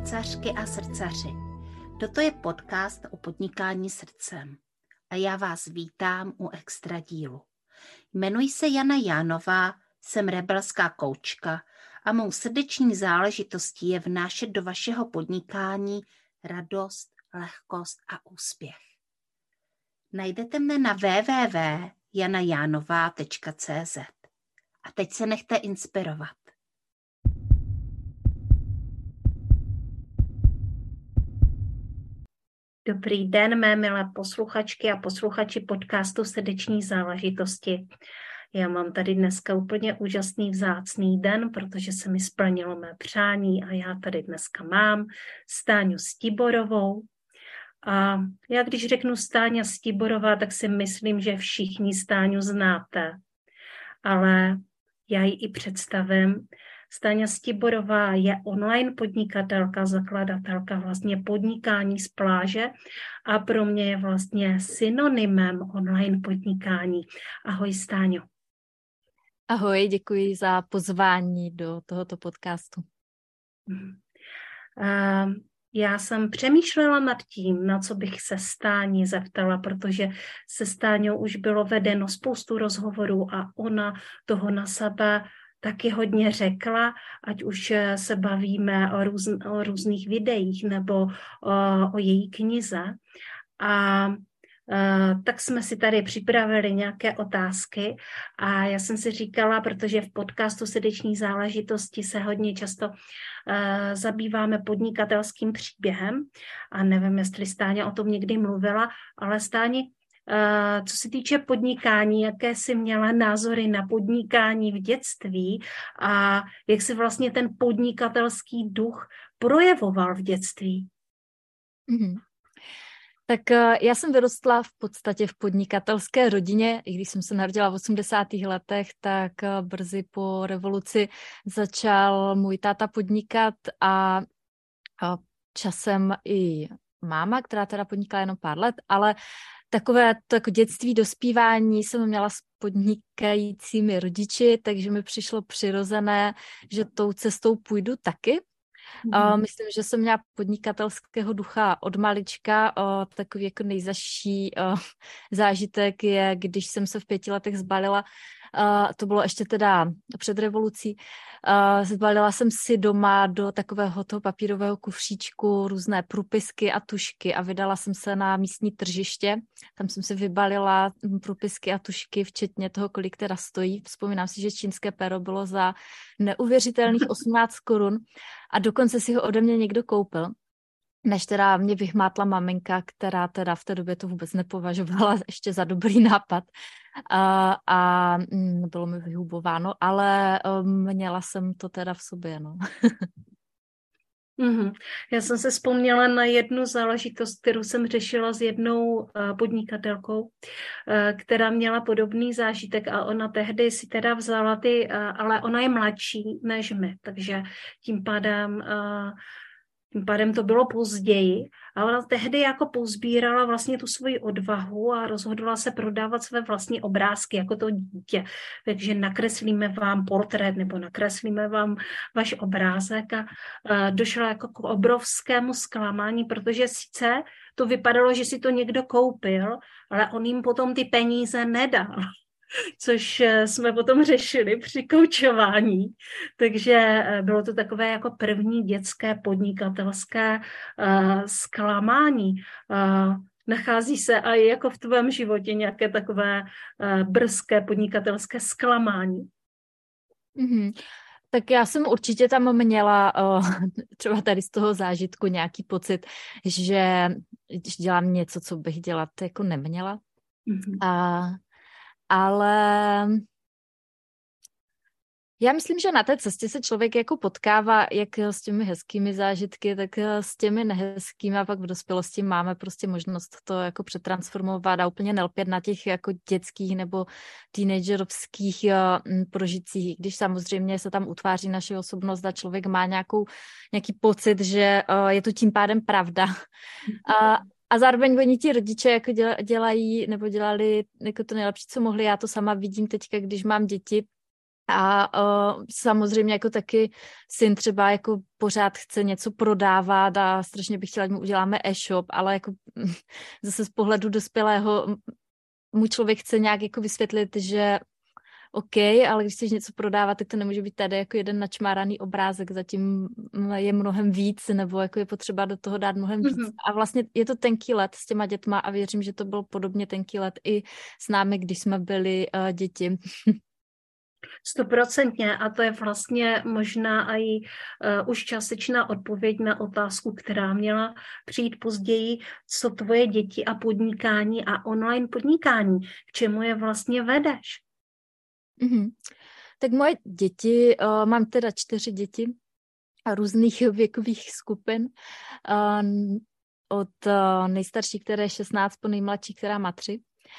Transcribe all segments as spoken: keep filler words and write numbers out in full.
srdcařky a srdcaři. Toto je podcast o podnikání srdcem a já vás vítám u extra dílu. Jmenuji se Jana Jánová, jsem rebelská koučka a mou srdeční záležitostí je vnášet do vašeho podnikání radost, lehkost a úspěch. Najdete mne na w w w tečka jana jánová tečka c z. A teď se nechte inspirovat. Dobrý den, mé milé posluchačky a posluchači podcastu Srdeční záležitosti. Já mám tady dneska úplně úžasný vzácný den, protože se mi splnilo mé přání a já tady dneska mám Stáňu Stiborovou. A já když řeknu Stáňa Stiborová, tak si myslím, že všichni Stáňu znáte. Ale já ji i představím. Stáňa Stiborová je online podnikatelka, zakladatelka vlastně podnikání z pláže a pro mě je vlastně synonymem online podnikání. Ahoj Stáňo. Ahoj, děkuji za pozvání do tohoto podcastu. Uh, já jsem přemýšlela nad tím, na co bych se Stáni zeptala, protože se Stáňou už bylo vedeno spoustu rozhovorů a ona toho na sebe taky hodně řekla, ať už se bavíme o, růz, o různých videích nebo o, o její knize. A Uh, tak jsme si tady připravili nějaké otázky a já jsem si říkala, protože v podcastu Srdeční záležitosti se hodně často uh, zabýváme podnikatelským příběhem a nevím, jestli Stáňa o tom někdy mluvila, ale Stáni, uh, co se týče podnikání, jaké jsi měla názory na podnikání v dětství a jak si vlastně ten podnikatelský duch projevoval v dětství? Mm-hmm. Tak já jsem vyrostla v podstatě v podnikatelské rodině, i když jsem se narodila v osmdesátých letech, tak brzy po revoluci začal můj táta podnikat a časem i máma, která teda podnikala jenom pár let, ale takové to jako dětství, dospívání jsem měla s podnikajícími rodiči, takže mi přišlo přirozené, že tou cestou půjdu taky. Uh, myslím, že jsem měla podnikatelského ducha od malička. Uh, takový jako nejzaší uh, zážitek je, když jsem se v pěti letech zbalila, uh, to bylo ještě teda před revolucí, uh, zbalila jsem si doma do takového toho papírového kufříčku různé průpisky a tušky a vydala jsem se na místní tržiště. Tam jsem si vybalila průpisky a tušky, včetně toho, kolik teda stojí. Vzpomínám si, že čínské pero bylo za neuvěřitelných osmnáct korun. A dokonce si ho ode mě někdo koupil, než teda mě vyhmátla maminka, která teda v té době to vůbec nepovažovala ještě za dobrý nápad a, a bylo mi vyhubováno, ale měla jsem to teda v sobě, no. Mm-hmm. Já jsem se vzpomněla na jednu záležitost, kterou jsem řešila s jednou uh, podnikatelkou, uh, která měla podobný zážitek a ona tehdy si teda vzala ty, uh, ale ona je mladší než my, takže tím pádem, uh, tím pádem to bylo později a ona tehdy jako pozbírala vlastně tu svoji odvahu a rozhodla se prodávat své vlastní obrázky jako to dítě. Takže nakreslíme vám portrét nebo nakreslíme vám váš obrázek a uh, došla jako k obrovskému zklamání, protože sice to vypadalo, že si to někdo koupil, ale on jim potom ty peníze nedal. Což jsme potom řešili při koučování. Takže bylo to takové jako první dětské podnikatelské uh, zklamání. Uh, nachází se i jako v tvém životě nějaké takové uh, brzké podnikatelské zklamání? Mm-hmm. Tak já jsem určitě tam měla uh, třeba tady z toho zážitku nějaký pocit, že dělám něco, co bych dělat jako neměla. Mm-hmm. A Ale já myslím, že na té cestě se člověk jako potkává jak s těmi hezkými zážitky, tak s těmi nehezkými a pak v dospělosti máme prostě možnost to jako přetransformovat a úplně nelpět na těch jako dětských nebo teenagerovských prožitcích, když samozřejmě se tam utváří naše osobnost a člověk má nějakou, nějaký pocit, že je to tím pádem pravda. A A zároveň oni ti rodiče jako dělají nebo dělali jako to nejlepší, co mohli. Já to sama vidím teďka, když mám děti, A uh, samozřejmě jako taky syn třeba jako pořád chce něco prodávat a strašně bych chtěla, ať mu uděláme e-shop, ale jako zase z pohledu dospělého mu člověk chce nějak jako vysvětlit, že OK, ale když chceš něco prodávat, tak to nemůže být tady jako jeden načmáraný obrázek, zatím je mnohem víc, nebo jako je potřeba do toho dát mnohem víc. Mm-hmm. A vlastně je to tenký let s těma dětma a věřím, že to byl podobně tenký let i s námi, když jsme byli uh, děti. Stoprocentně a to je vlastně možná i uh, už částečná odpověď na otázku, která měla přijít později, co tvoje děti a podnikání a online podnikání, k čemu je vlastně vedeš? Mm-hmm. Tak moje děti, uh, mám teda čtyři děti a různých věkových skupin, uh, od uh, nejstarší, které je šestnáct, po nejmladší, která má tři.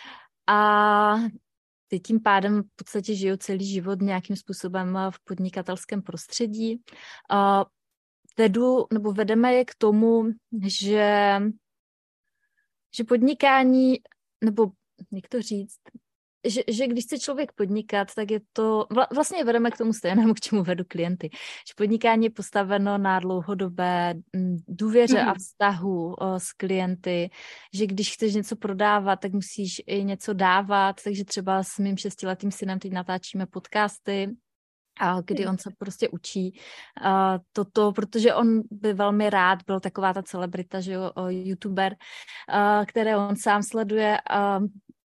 A ty tím pádem v podstatě žijou celý život nějakým způsobem v podnikatelském prostředí. Uh, vedu, nebo vedeme je k tomu, že, že podnikání, nebo jak to říct, Že, že když chce člověk podnikat, tak je to, vlastně vedeme k tomu stejnému, k čemu vedu klienty. Že podnikání je postaveno na dlouhodobé důvěře mm-hmm. a vztahu o, s klienty, že když chceš něco prodávat, tak musíš i něco dávat, takže třeba s mým šestiletým synem teď natáčíme podcasty, a kdy on se prostě učí uh, toto, protože on by velmi rád byl taková ta celebrita, že jo, youtuber, uh, které on sám sleduje, uh,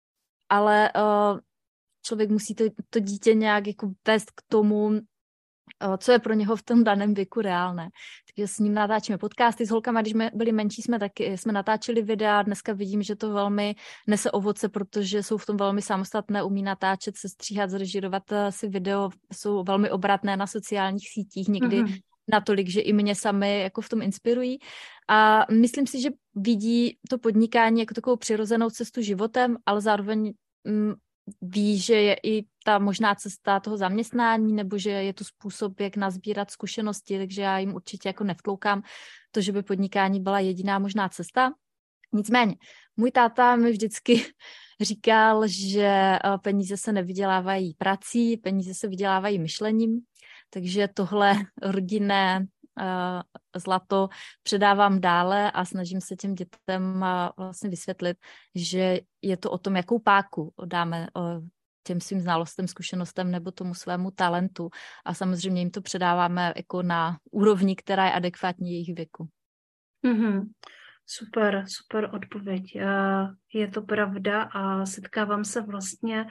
ale uh, člověk musí to, to dítě nějak jako vést k tomu, uh, co je pro něho v tom daném věku reálné. Takže s ním natáčíme podcasty s holkama, když jsme byli menší, jsme taky jsme natáčeli videa, dneska vidím, že to velmi nese ovoce, protože jsou v tom velmi samostatné, umí natáčet, se stříhat, zrežírovat si video, jsou velmi obratné na sociálních sítích, někdy mm-hmm. natolik, že i mě sami jako v tom inspirují. A myslím si, že vidí to podnikání jako takovou přirozenou cestu životem, ale zároveň mm, ví, že je i ta možná cesta toho zaměstnání, nebo že je to způsob, jak nazbírat zkušenosti, takže já jim určitě jako nevtloukám to, že by podnikání byla jediná možná cesta. Nicméně, můj táta mi vždycky říkal, že peníze se nevydělávají prací, peníze se vydělávají myšlením, takže tohle rodinné uh, zlato předávám dále a snažím se těm dětem uh, vlastně vysvětlit, že je to o tom, jakou páku dáme uh, těm svým znalostem, zkušenostem nebo tomu svému talentu a samozřejmě jim to předáváme jako na úrovni, která je adekvátní jejich věku. Mm-hmm. Super, super odpověď. Je to pravda a setkávám se vlastně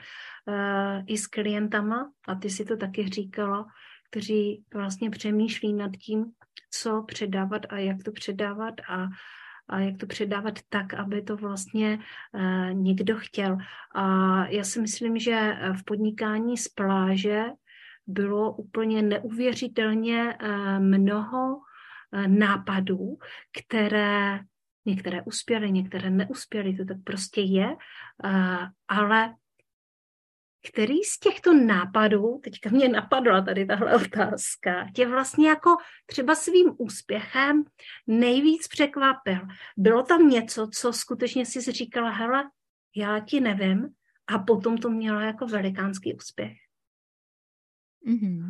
i s klientama, a ty si to taky říkala, kteří vlastně přemýšlí nad tím, co předávat a jak to předávat a, a jak to předávat tak, aby to vlastně někdo chtěl. A já si myslím, že v podnikání z pláže bylo úplně neuvěřitelně mnoho nápadů, které některé uspěly, některé neuspěly, to tak prostě je, ale který z těchto nápadů, teďka mě napadla tady tahle otázka, tě vlastně jako třeba svým úspěchem nejvíc překvapil. Bylo tam něco, co skutečně jsi říkala, hele, já ti nevím, a potom to mělo jako velikánský úspěch. Mm-hmm.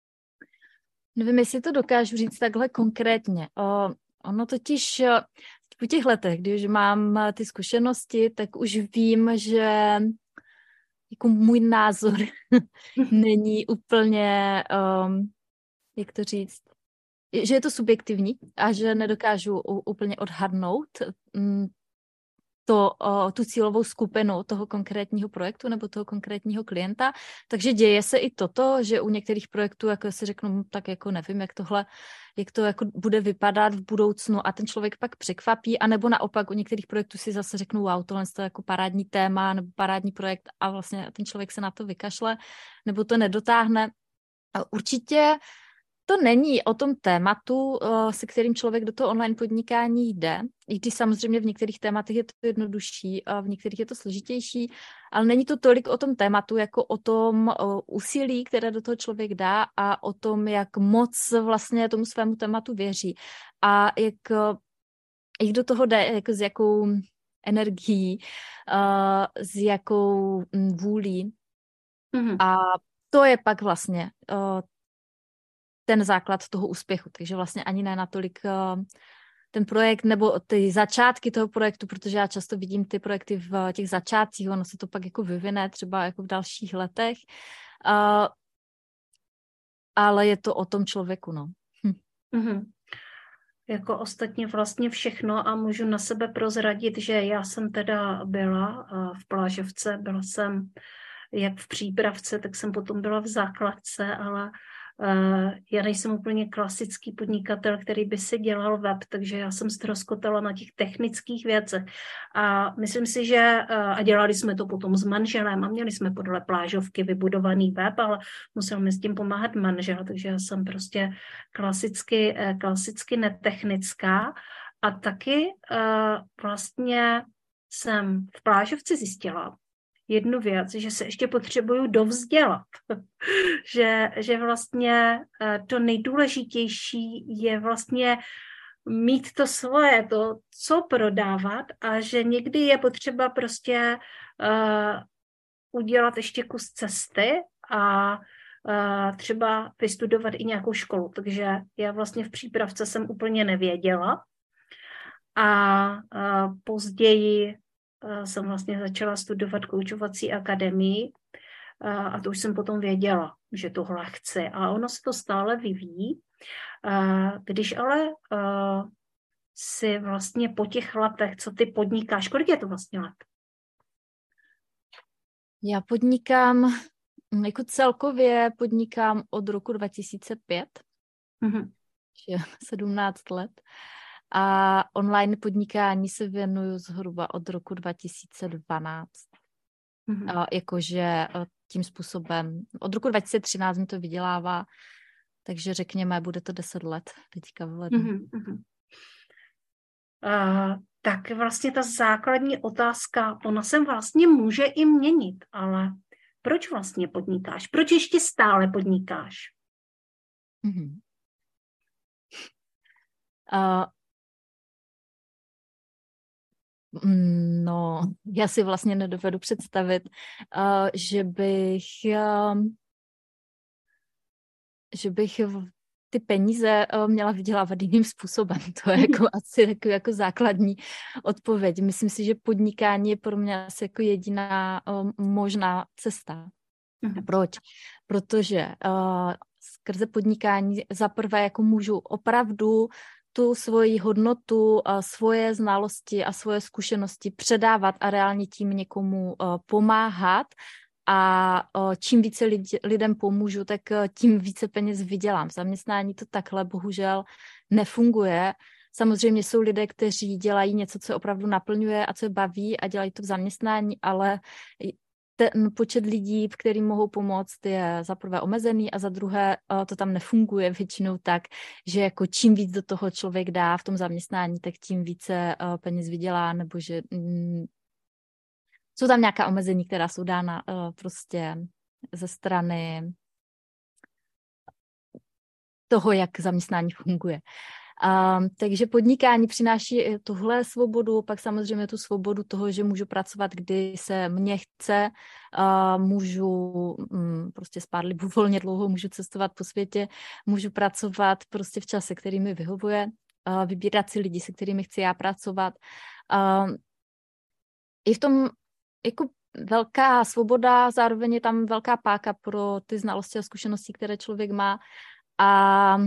Nevím, jestli to dokážu říct takhle konkrétně. O, ono totiž po těch letech, když mám ty zkušenosti, tak už vím, že jako můj názor není úplně, um, jak to říct, že je to subjektivní a že nedokážu úplně odhadnout um, to, o, tu cílovou skupinu toho konkrétního projektu nebo toho konkrétního klienta. Takže děje se i toto, že u některých projektů, jako si řeknu, tak jako nevím, jak tohle, jak to jako bude vypadat v budoucnu a ten člověk pak překvapí, anebo naopak u některých projektů si zase řeknu, wow, tohle je jako parádní téma nebo parádní projekt a vlastně ten člověk se na to vykašle nebo to nedotáhne. A určitě to není o tom tématu, se kterým člověk do toho online podnikání jde, i když samozřejmě v některých tématech je to jednodušší a v některých je to složitější, ale není to tolik o tom tématu, jako o tom úsilí, které do toho člověk dá a o tom, jak moc vlastně tomu svému tématu věří a jak, jak do toho jde, jako s jakou energií, s jakou vůlí. Mm-hmm. A to je pak vlastně uh, ten základ toho úspěchu. Takže vlastně ani ne natolik uh, ten projekt nebo ty začátky toho projektu, protože já často vidím ty projekty v těch začátcích, ono se to pak jako vyvine třeba jako v dalších letech, uh, ale je to o tom člověku, no. Hm. Mm-hmm. Jako ostatně vlastně všechno a můžu na sebe prozradit, že já jsem teda byla v Plážovce, byla jsem jak v přípravce, tak jsem potom byla v základce, ale uh, já nejsem úplně klasický podnikatel, který by si dělal web, takže já jsem ztroskotala na těch technických věcech. A myslím si, že uh, a dělali jsme to potom s manželem a měli jsme podle Plážovky vybudovaný web, ale musel mi s tím pomáhat manžel, takže já jsem prostě klasicky, uh, klasicky netechnická a taky uh, vlastně jsem v Plážovci zjistila jednu věc, že se ještě potřebuju dovzdělat. že, že vlastně to nejdůležitější je vlastně mít to svoje, to, co prodávat a že někdy je potřeba prostě uh, udělat ještě kus cesty a uh, třeba vystudovat i nějakou školu. Takže já vlastně v přípravce jsem úplně nevěděla a uh, později jsem vlastně začala studovat koučovací akademii a to už jsem potom věděla, že tohle chci. A ono se to stále vyvíjí. Když ale si vlastně po těch letech, co ty podnikáš, kolik je to vlastně let? Já podnikám, jako celkově podnikám od roku dva tisíce pět, mm-hmm. sedmnáct let. A online podnikání se věnuju zhruba od roku dva tisíce dvanáct. Mm-hmm. A jakože tím způsobem, od roku dva tisíce třináct mi to vydělává, takže řekněme, bude to deset let teďka v lednu. Mm-hmm. Uh, tak vlastně ta základní otázka, ona se vlastně může i měnit, ale proč vlastně podnikáš? Proč ještě stále podnikáš? Mm-hmm. Uh, No, já si vlastně nedovedu představit, uh, že bych, uh, že bych ty peníze uh, měla vydělávat jiným způsobem. To je jako asi takový jako základní odpověď. Myslím si, že podnikání je pro mě asi jako jediná uh, možná cesta. Mm-hmm. Proč? Protože uh, skrze podnikání zaprvé jako můžu opravdu tu svoji hodnotu, svoje znalosti a svoje zkušenosti předávat a reálně tím někomu pomáhat a čím více lidi, lidem pomůžu, tak tím více peněz vydělám. V zaměstnání to takhle bohužel nefunguje. Samozřejmě jsou lidé, kteří dělají něco, co opravdu naplňuje a co je baví a dělají to v zaměstnání, ale ten počet lidí, kterým mohou pomoct, je za prvé omezený a za druhé to tam nefunguje většinou tak, že jako čím víc do toho člověk dá v tom zaměstnání, tak tím více peněz vydělá, nebo že mm, jsou tam nějaká omezení, která jsou dána uh, prostě ze strany toho, jak zaměstnání funguje. Um, takže podnikání přináší tuhle svobodu, pak samozřejmě tu svobodu toho, že můžu pracovat, kdy se mně chce, uh, můžu um, prostě spát libovolně dlouho, můžu cestovat po světě, můžu pracovat prostě v čase, který mi vyhovuje, uh, vybírat si lidi, se kterými chci já pracovat. Um, je v tom jako velká svoboda, zároveň je tam velká páka pro ty znalosti a zkušenosti, které člověk má a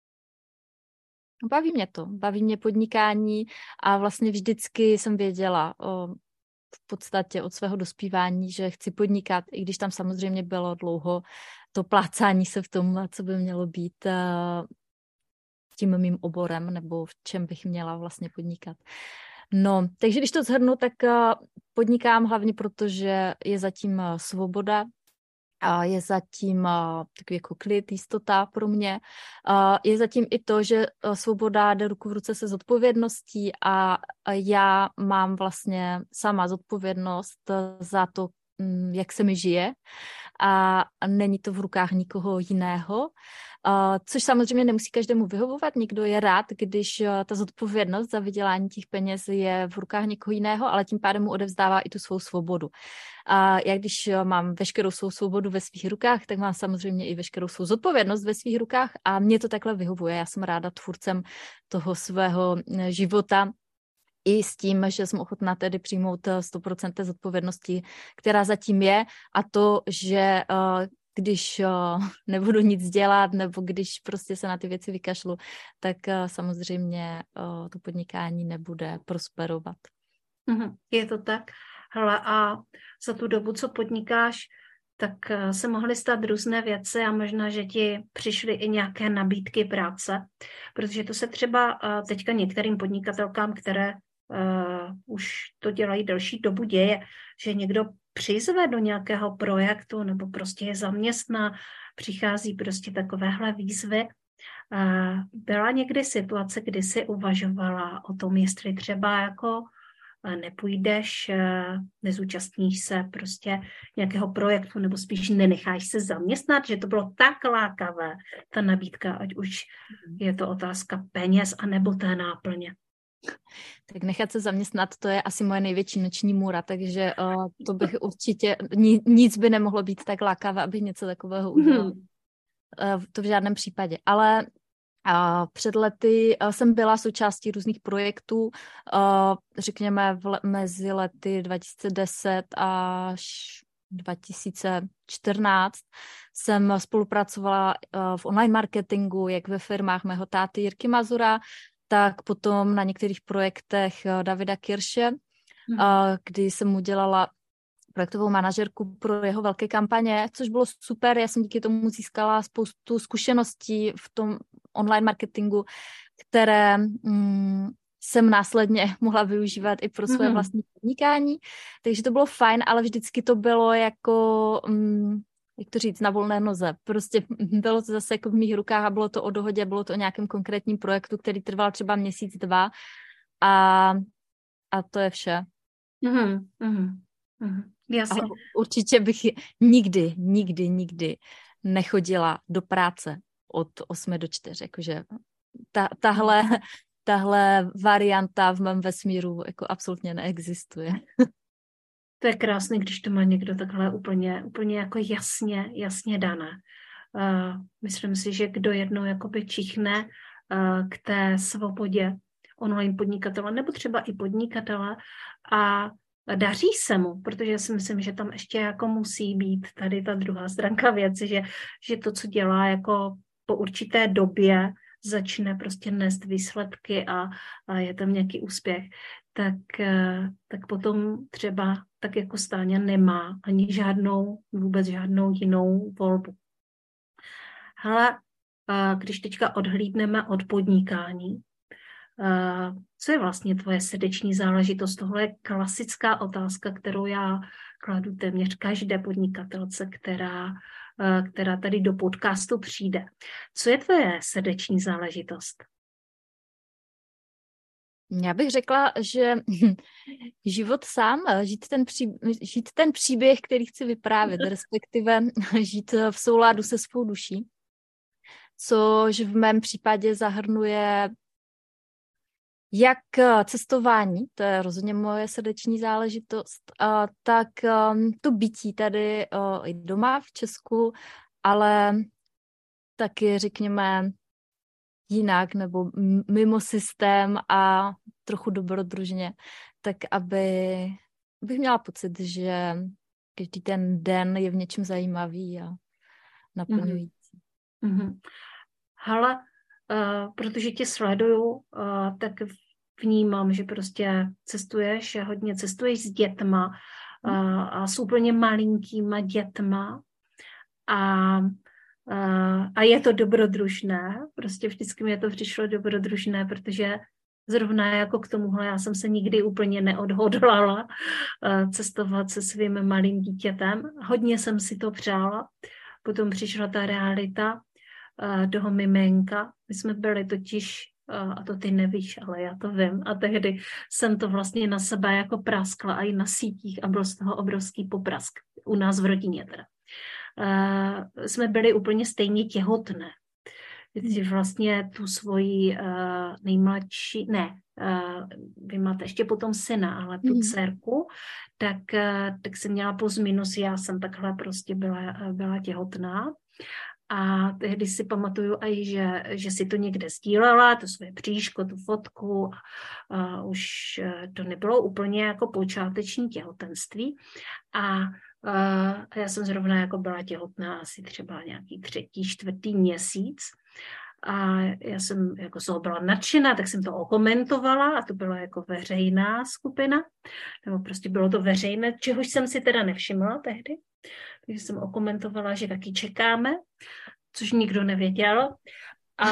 baví mě to, baví mě podnikání a vlastně vždycky jsem věděla o, v podstatě od svého dospívání, že chci podnikat, i když tam samozřejmě bylo dlouho to plácání se v tom, co by mělo být uh, tím mým oborem nebo v čem bych měla vlastně podnikat. No, takže když to shrnu, tak uh, podnikám hlavně proto, že je zatím uh, svoboda, a je zatím uh, takový jako klid, jistota pro mě. Uh, je zatím i to, že uh, svoboda jde ruku v ruce se zodpovědností a uh, já mám vlastně sama zodpovědnost uh, za to, um, jak se mi žije a není to v rukách nikoho jiného. Uh, což samozřejmě nemusí každému vyhovovat, někdo je rád, když uh, ta zodpovědnost za vydělání těch peněz je v rukách někoho jiného, ale tím pádem mu odevzdává i tu svou svobodu. A já když uh, mám veškerou svou svobodu ve svých rukách, tak mám samozřejmě i veškerou svou zodpovědnost ve svých rukách a mě to takhle vyhovuje. Já jsem ráda tvůrcem toho svého života, i s tím, že jsem ochotná tedy přijmout sto procent zodpovědnosti, která zatím je, a to, že uh, když uh, nebudu nic dělat, nebo když prostě se na ty věci vykašlu, tak uh, samozřejmě uh, to podnikání nebude prosperovat. Mm-hmm. Je to tak. Hele, a za tu dobu, co podnikáš, tak uh, se mohly stát různé věci a možná, že ti přišly i nějaké nabídky práce, protože to se třeba uh, teďka některým podnikatelkám, které uh, už to dělají delší dobu, děje, že někdo přizve do nějakého projektu nebo prostě je zaměstná, přichází prostě takovéhle výzvy. Byla někdy situace, kdy jsi uvažovala o tom, jestli třeba jako nepůjdeš, nezúčastníš se prostě nějakého projektu nebo spíš nenecháš se zaměstnat, že to bylo tak lákavé, ta nabídka, ať už je to otázka peněz anebo té náplně. Tak nechat se zaměstnat, to je asi moje největší noční můra, takže uh, to bych určitě, ni, nic by nemohlo být tak lákavé, abych něco takového udělala. Hmm. Uh, to v žádném případě. Ale uh, před lety uh, jsem byla součástí různých projektů, uh, řekněme v le- mezi lety dva tisíce deset až dva tisíce čtrnáct jsem spolupracovala uh, v online marketingu, jak ve firmách mého táty Jirky Mazura, tak potom na některých projektech Davida Kirše, mm. kdy jsem mu dělala projektovou manažerku pro jeho velké kampaně, což bylo super. Já jsem díky tomu získala spoustu zkušeností v tom online marketingu, které mm, jsem následně mohla využívat i pro své mm. vlastní podnikání. Takže to bylo fajn, ale vždycky to bylo jako... Mm, jak to říct, na volné noze. Prostě bylo to zase jako v mých rukách a bylo to o dohodě, bylo to o nějakém konkrétním projektu, který trval třeba měsíc, dva a, a to je vše. Mm-hmm, mm-hmm. Jasně. Ale určitě bych nikdy, nikdy, nikdy nechodila do práce od osmi do čtyř, jakože ta, tahle, tahle varianta v mém vesmíru jako absolutně neexistuje. To je krásné, když to má někdo takhle úplně, úplně jako jasně, jasně dané. Uh, myslím si, že kdo jednou jakoby čichne uh, k té svobodě online podnikatele, nebo třeba i podnikatele a daří se mu, protože si myslím, že tam ještě jako musí být tady ta druhá stránka věci, že, že to, co dělá jako po určité době, začne prostě nést výsledky a, a je tam nějaký úspěch, tak, tak potom třeba tak jako Stáňa nemá ani žádnou, vůbec žádnou jinou volbu. Hele, když teďka odhlídneme od podnikání, co je vlastně tvoje srdeční záležitost? Tohle je klasická otázka, kterou já kladu téměř každé podnikatelce, která, která tady do podcastu přijde. Co je tvoje srdeční záležitost? Já bych řekla, že život sám, žít ten, pří, žít ten příběh, který chci vyprávět, respektive žít v souladu se svou duší, což v mém případě zahrnuje jak cestování, to je rozhodně moje srdeční záležitost, tak to bytí tady i doma v Česku, ale taky řekněme jinak nebo mimo systém a trochu dobrodružně, tak aby bych měla pocit, že každý ten den je v něčem zajímavý a naplňující. Mm-hmm. Hele, uh, protože tě sleduju, uh, tak vnímám, že prostě cestuješ, hodně cestuješ s dětma uh, a s úplně malinkýma dětma a Uh, a je to dobrodružné, prostě vždycky mi to přišlo dobrodružné, protože zrovna jako k tomuhle já jsem se nikdy úplně neodhodlala uh, cestovat se svým malým dítětem. Hodně jsem si to přála, potom přišla ta realita uh, toho miminka. My jsme byli totiž, uh, a to ty nevíš, ale já to vím, a tehdy jsem to vlastně na sebe jako praskla a i na sítích a byl z toho obrovský poprask u nás v rodině teda. uh, jsme byli úplně stejně těhotné. Že vlastně tu svoji uh, nejmladší, ne, uh, vy máte ještě potom syna, ale tu mm. dcerku, tak, uh, tak jsem měla plus minus, já jsem takhle prostě byla, byla těhotná. A tehdy si pamatuju i, že, že si to někde sdílela, to svoje bříško, tu fotku. A už to nebylo úplně jako počáteční těhotenství. A, a já jsem zrovna jako byla těhotná asi třeba nějaký třetí, čtvrtý měsíc. A já jsem jako z toho byla nadšená, tak jsem to okomentovala a to byla jako veřejná skupina. Nebo prostě bylo to veřejné, čehož jsem si teda nevšimla tehdy. Takže jsem okomentovala, že taky čekáme, což nikdo nevěděl. A,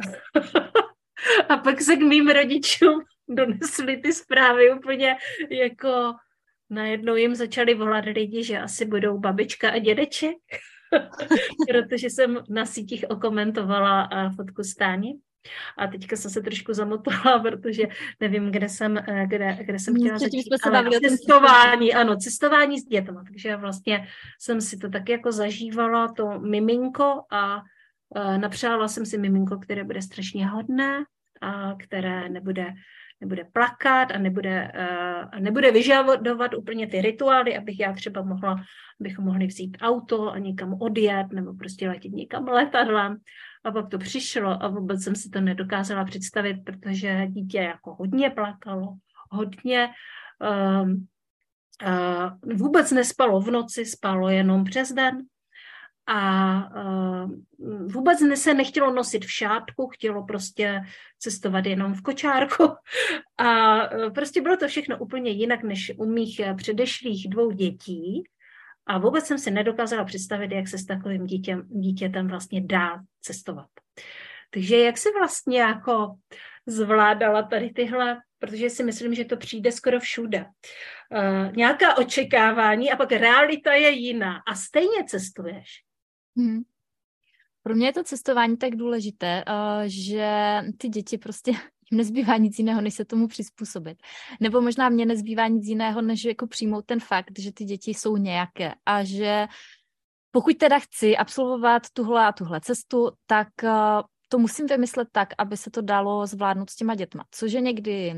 a pak se k mým rodičům donesly ty zprávy úplně jako najednou jim začali volat lidi, že asi budou babička a dědeček, protože jsem na sítích okomentovala fotku Stáni. A teďka jsem se trošku zamotala, protože nevím, kde jsem, kde, kde jsem chtěla začít. Ale cestování, ano, cestování s dětma. Takže já vlastně jsem si to taky jako zažívala, to miminko a uh, napřála jsem si miminko, které bude strašně hodné a které nebude, nebude plakat a nebude, uh, a nebude vyžadovat úplně ty rituály, abych já třeba mohla, abychom mohli vzít auto a někam odjet nebo prostě letět někam letadlem. A pak to přišlo a vůbec jsem si to nedokázala představit, protože dítě jako hodně plakalo, hodně um, uh, vůbec nespalo v noci, spalo jenom přes den a uh, vůbec se nechtělo nosit v šátku, chtělo prostě cestovat jenom v kočárku a uh, prostě bylo to všechno úplně jinak než u mých předešlých dvou dětí. A vůbec jsem si nedokázala představit, jak se s takovým dítěm, dítětem vlastně dá cestovat. Takže jak se vlastně jako zvládala tady tyhle, protože si myslím, že to přijde skoro všude. Uh, nějaká očekávání a pak realita je jiná a stejně cestuješ. Hmm. Pro mě je to cestování tak důležité, uh, že ty děti prostě jim nezbývá nic jiného, než se tomu přizpůsobit. Nebo možná mě nezbývá nic jiného, než jako přijmout ten fakt, že ty děti jsou nějaké a že pokud teda chci absolvovat tuhle a tuhle cestu, tak uh, to musím vymyslet tak, aby se to dalo zvládnout s těma dětma. Což je někdy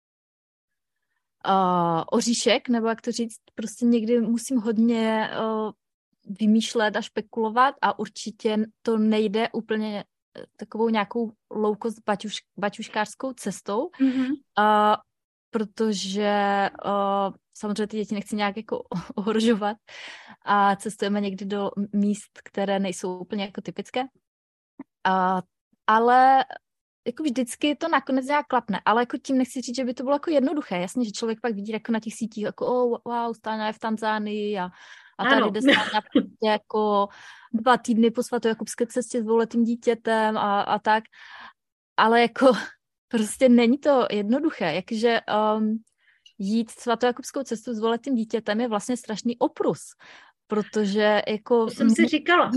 uh, oříšek, nebo jak to říct, prostě někdy musím hodně uh, vymýšlet a špekulovat a určitě to nejde úplně takovou nějakou low-cost baťuš, baťuškářskou cestou, mm-hmm. uh, protože uh, samozřejmě ty děti nechci nějak jako ohrožovat a cestujeme někdy do míst, které nejsou úplně jako typické. Uh, ale jako vždycky to nakonec nějak klapne, ale jako tím nechci říct, že by to bylo jako jednoduché. Jasně, že člověk pak vidí jako na těch sítích jako oh, wow, Stáňa je v Tanzánii a A tady ano. jde Stáňa prostě jako dva týdny po svatojakubské cestě s dvouletým dítětem a, a tak. Ale jako prostě není to jednoduché. Jakže um, jít svatojakubskou cestu s dvouletým dítětem je vlastně strašný oprus. Protože jako... To jsem si říkala.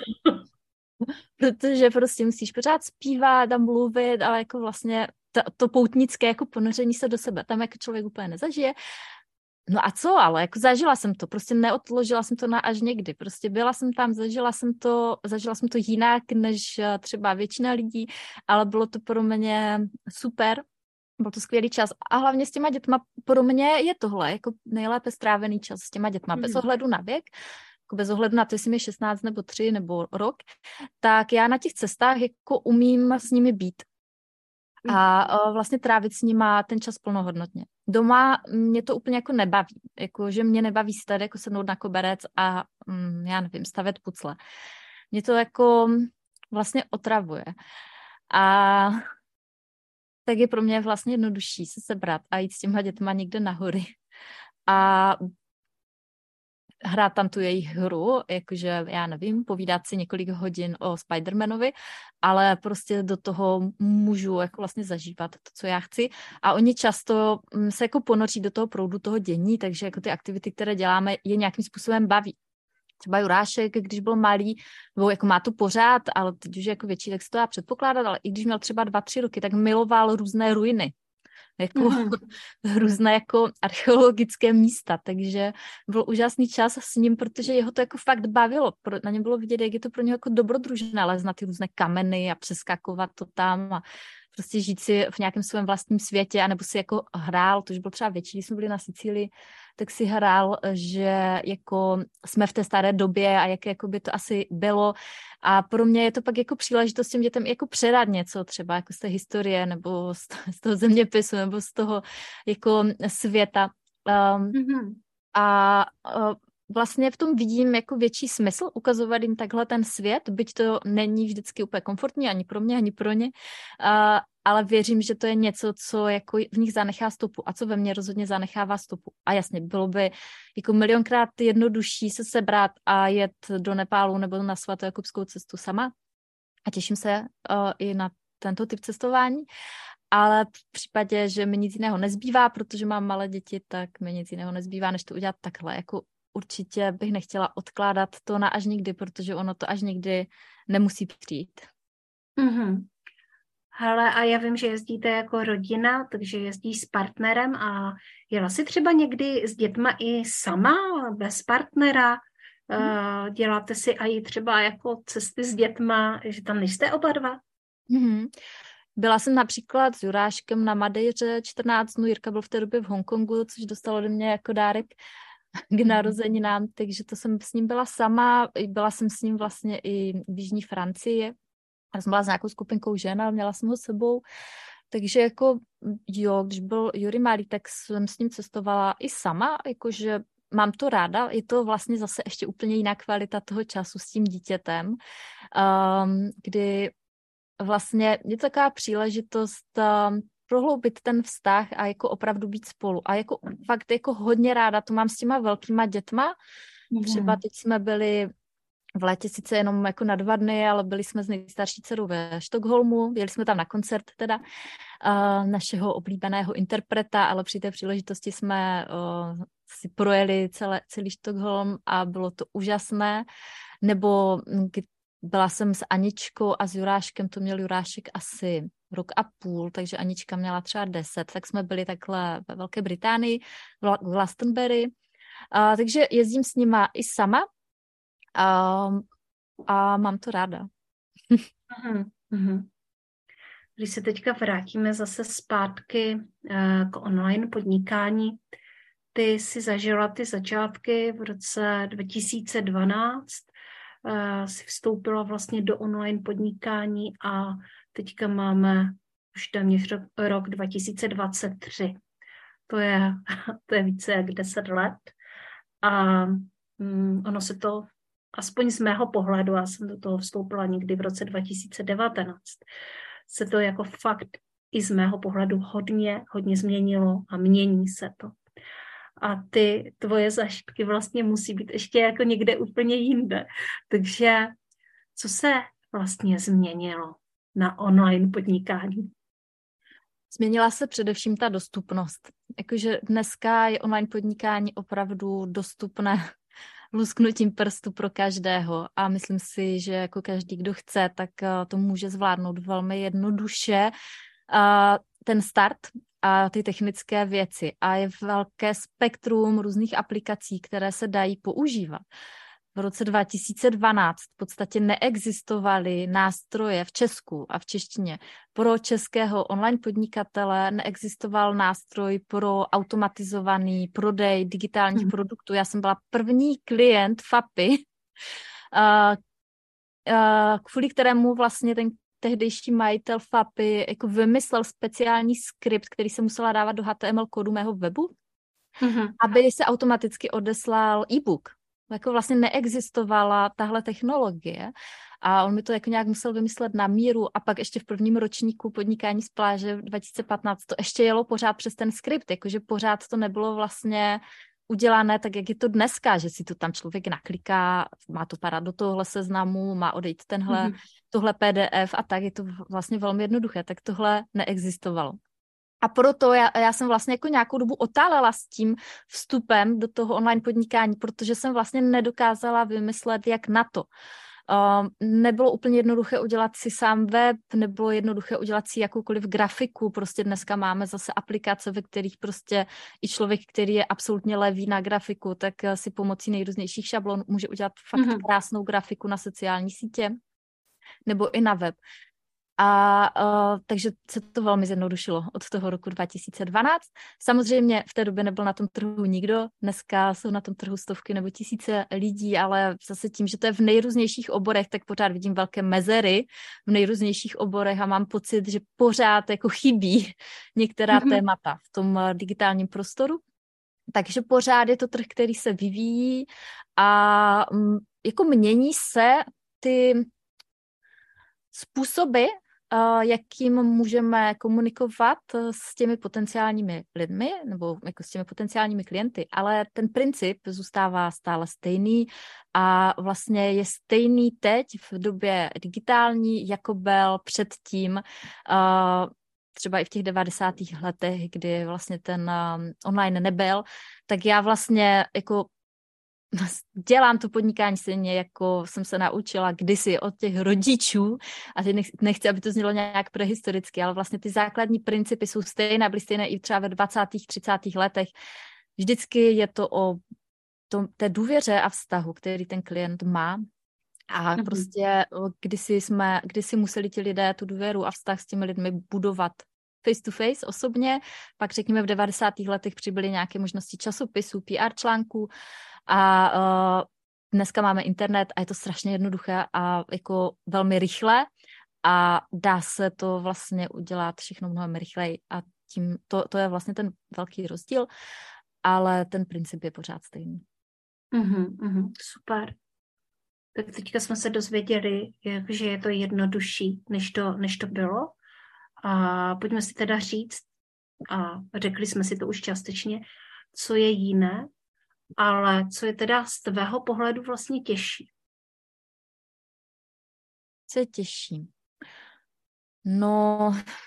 Protože prostě musíš pořád zpívat a mluvit, ale jako vlastně to, to poutnické jako ponoření se do sebe, tam jako člověk úplně nezažije. No a co, ale jako zažila jsem to, prostě neodložila jsem to na až někdy, prostě byla jsem tam, zažila jsem to, zažila jsem to jinak než třeba většina lidí, ale bylo to pro mě super, byl to skvělý čas a hlavně s těma dětma pro mě je tohle jako nejlépe strávený čas s těma dětma, mm. bez ohledu na věk, jako bez ohledu na to, jestli mi je šestnáct nebo tři nebo rok, tak já na těch cestách jako umím s nimi být. A vlastně trávit s nima ten čas plnohodnotně. Doma mě to úplně jako nebaví. Jako, že mě nebaví si tady jako sednout na koberec a mm, já nevím, stavět pucle. Mě to jako vlastně otravuje. A tak je pro mě vlastně jednodušší se sebrat a jít s těma dětma někde na hory. A hrát tam tu jejich hru, jakože, já nevím, povídat si několik hodin o Spidermanovi, ale prostě do toho můžu jako vlastně zažívat to, co já chci. A oni často se jako ponoří do toho proudu toho dění, takže jako ty aktivity, které děláme, je nějakým způsobem baví. Třeba Jurášek, když byl malý, nebo jako má to pořád, ale teď už je jako větší, tak se to dá předpokládat, ale i když měl třeba dva, tři roky, tak miloval různé ruiny. jako Mm-hmm. různé jako archeologické místa, takže byl úžasný čas s ním, protože jeho to jako fakt bavilo. Na něm bylo vidět, jak je to pro něj jako dobrodružné, lézt na ty různé kameny a přeskakovat to tam a prostě žít si v nějakém svém vlastním světě, anebo si jako hrál, to už bylo třeba větší, když jsme byli na Sicílii, tak si hrál, že jako jsme v té staré době a jak jako by to asi bylo. A pro mě je to pak jako příležitost těm dětem jako předat něco třeba jako z té historie nebo z toho, z toho zeměpisu nebo z toho jako světa. Um, Mm-hmm. a uh, vlastně v tom vidím jako větší smysl ukazovat jim takhle ten svět, byť to není vždycky úplně komfortní ani pro mě, ani pro ně, uh, ale věřím, že to je něco, co jako v nich zanechá stopu a co ve mně rozhodně zanechává stopu. A jasně, bylo by jako milionkrát jednodušší se sebrat a jet do Nepálu nebo na svatojakubskou cestu sama a těším se uh, i na tento typ cestování, ale v případě, že mi nic jiného nezbývá, protože mám malé děti, tak mi nic jiného nezbývá, než to udělat takhle. Jako určitě bych nechtěla odkládat to na až nikdy, protože ono to až nikdy nemusí přijít. Mm-hmm. Hele, a já vím, že jezdíte jako rodina, takže jezdíš s partnerem a jela jsi třeba někdy s dětma i sama, bez partnera? Mm. Děláte si i třeba jako cesty s dětma, že tam nejste oba dva? Mm-hmm. Byla jsem například s Juráškem na Madejře čtrnáct dnů, Jirka byl v té době v Hongkongu, což dostalo do mě jako dárek k narozeninám, takže to jsem s ním byla sama, byla jsem s ním vlastně i v jižní Francii. Já jsem byla s nějakou skupinkou žen, ale měla jsem ho s sebou. Takže jako jo, když byl Juri malý, tak jsem s ním cestovala i sama, jakože mám to ráda. Je to vlastně zase ještě úplně jiná kvalita toho času s tím dítětem, um, kdy vlastně je to taková příležitost um, prohloubit ten vztah a jako opravdu být spolu. A jako fakt jako hodně ráda, to mám s těma velkýma dětma. Mm. Třeba teď jsme byli v létě sice jenom jako na dva dny, ale byli jsme s nejstarší dcerou ve Stockholmu, jeli jsme tam na koncert teda uh, našeho oblíbeného interpreta, ale při té příležitosti jsme uh, si projeli celé, celý Stockholm a bylo to úžasné. Nebo byla jsem s Aničkou a s Juráškem, to měl Jurášek asi rok a půl, takže Anička měla třeba deset, tak jsme byli takhle ve Velké Británii, v Glastonbury. Uh, takže jezdím s nima i sama, A, a mám to ráda. Uhum, uhum. Když se teďka vrátíme zase zpátky uh, k online podnikání, ty jsi zažila ty začátky v roce dva tisíce dvanáct, uh, jsi vstoupila vlastně do online podnikání a teďka máme už téměř rok, rok dva tisíce dvacet tři. To je, to je více jak deset let a um, ono se to aspoň z mého pohledu, já jsem do toho vstoupila někdy v roce dva tisíce devatenáct, se to jako fakt i z mého pohledu hodně, hodně změnilo a mění se to. A ty tvoje zažitky vlastně musí být ještě jako někde úplně jinde. Takže co se vlastně změnilo na online podnikání? Změnila se především ta dostupnost. Jakože dneska je online podnikání opravdu dostupné lusknutím prstu pro každého a myslím si, že jako každý, kdo chce, tak to může zvládnout velmi jednoduše. Ten start a ty technické věci a je velké spektrum různých aplikací, které se dají používat. V roce dva tisíce dvanáct v podstatě neexistovaly nástroje v Česku a v češtině. Pro českého online podnikatele neexistoval nástroj pro automatizovaný prodej digitálních hmm. produktů. Já jsem byla první klient Fapy, kvůli kterému vlastně ten tehdejší majitel Fapy jako vymyslel speciální skript, který se musela dávat do H T M L kódu mého webu, hmm. aby se automaticky odeslal e-book. Jako vlastně neexistovala tahle technologie a on mi to jako nějak musel vymyslet na míru a pak ještě v prvním ročníku podnikání z pláže dva tisíce patnáct to ještě jelo pořád přes ten skript, jakože pořád to nebylo vlastně udělané tak, jak je to dneska, že si to tam člověk nakliká, má to padat do tohle seznamu, má odejít tenhle, mm-hmm. tohle P D F a tak je to vlastně velmi jednoduché, tak tohle neexistovalo. A proto já, já jsem vlastně jako nějakou dobu otálela s tím vstupem do toho online podnikání, protože jsem vlastně nedokázala vymyslet, jak na to. Uh, nebylo úplně jednoduché udělat si sám web, nebylo jednoduché udělat si jakoukoliv grafiku, prostě dneska máme zase aplikace, ve kterých prostě i člověk, který je absolutně levý na grafiku, tak si pomocí nejrůznějších šablon může udělat fakt Mhm. krásnou grafiku na sociální sítě nebo i na web. A uh, takže se to velmi zjednodušilo od toho roku dva tisíce dvanáct. Samozřejmě v té době nebyl na tom trhu nikdo, dneska jsou na tom trhu stovky nebo tisíce lidí, ale zase tím, že to je v nejrůznějších oborech, tak pořád vidím velké mezery v nejrůznějších oborech a mám pocit, že pořád jako chybí některá Mhm. témata v tom digitálním prostoru. Takže pořád je to trh, který se vyvíjí a um, jako mění se ty způsoby, jakým můžeme komunikovat s těmi potenciálními lidmi nebo jako s těmi potenciálními klienty, ale ten princip zůstává stále stejný a vlastně je stejný teď v době digitální, jako byl předtím, třeba i v těch devadesátých letech, kdy vlastně ten online nebyl, tak já vlastně jako dělám to podnikání stejně, jako jsem se naučila kdysi od těch rodičů a teď nechci, aby to znělo nějak prehistoricky, ale vlastně ty základní principy jsou stejné, byly stejné i třeba ve dvacátých, třicátých letech. Vždycky je to o tom, té důvěře a vztahu, který ten klient má. A Mhm. prostě kdysi jsme, kdysi museli ti lidé tu důvěru a vztah s těmi lidmi budovat face to face osobně, pak řekněme v devadesátých letech přibyly nějaké možnosti časopisů, P R článků a uh, dneska máme internet a je to strašně jednoduché a jako velmi rychle a dá se to vlastně udělat všechno mnohem rychleji a tím to, to je vlastně ten velký rozdíl, ale ten princip je pořád stejný. Mhm. Mhm. Super. Tak teďka jsme se dozvěděli, jak, že je to jednodušší, než to, než to bylo. A pojďme si teda říct, a řekli jsme si to už částečně, co je jiné, ale co je teda z tvého pohledu vlastně těžší. Co je těžší? No,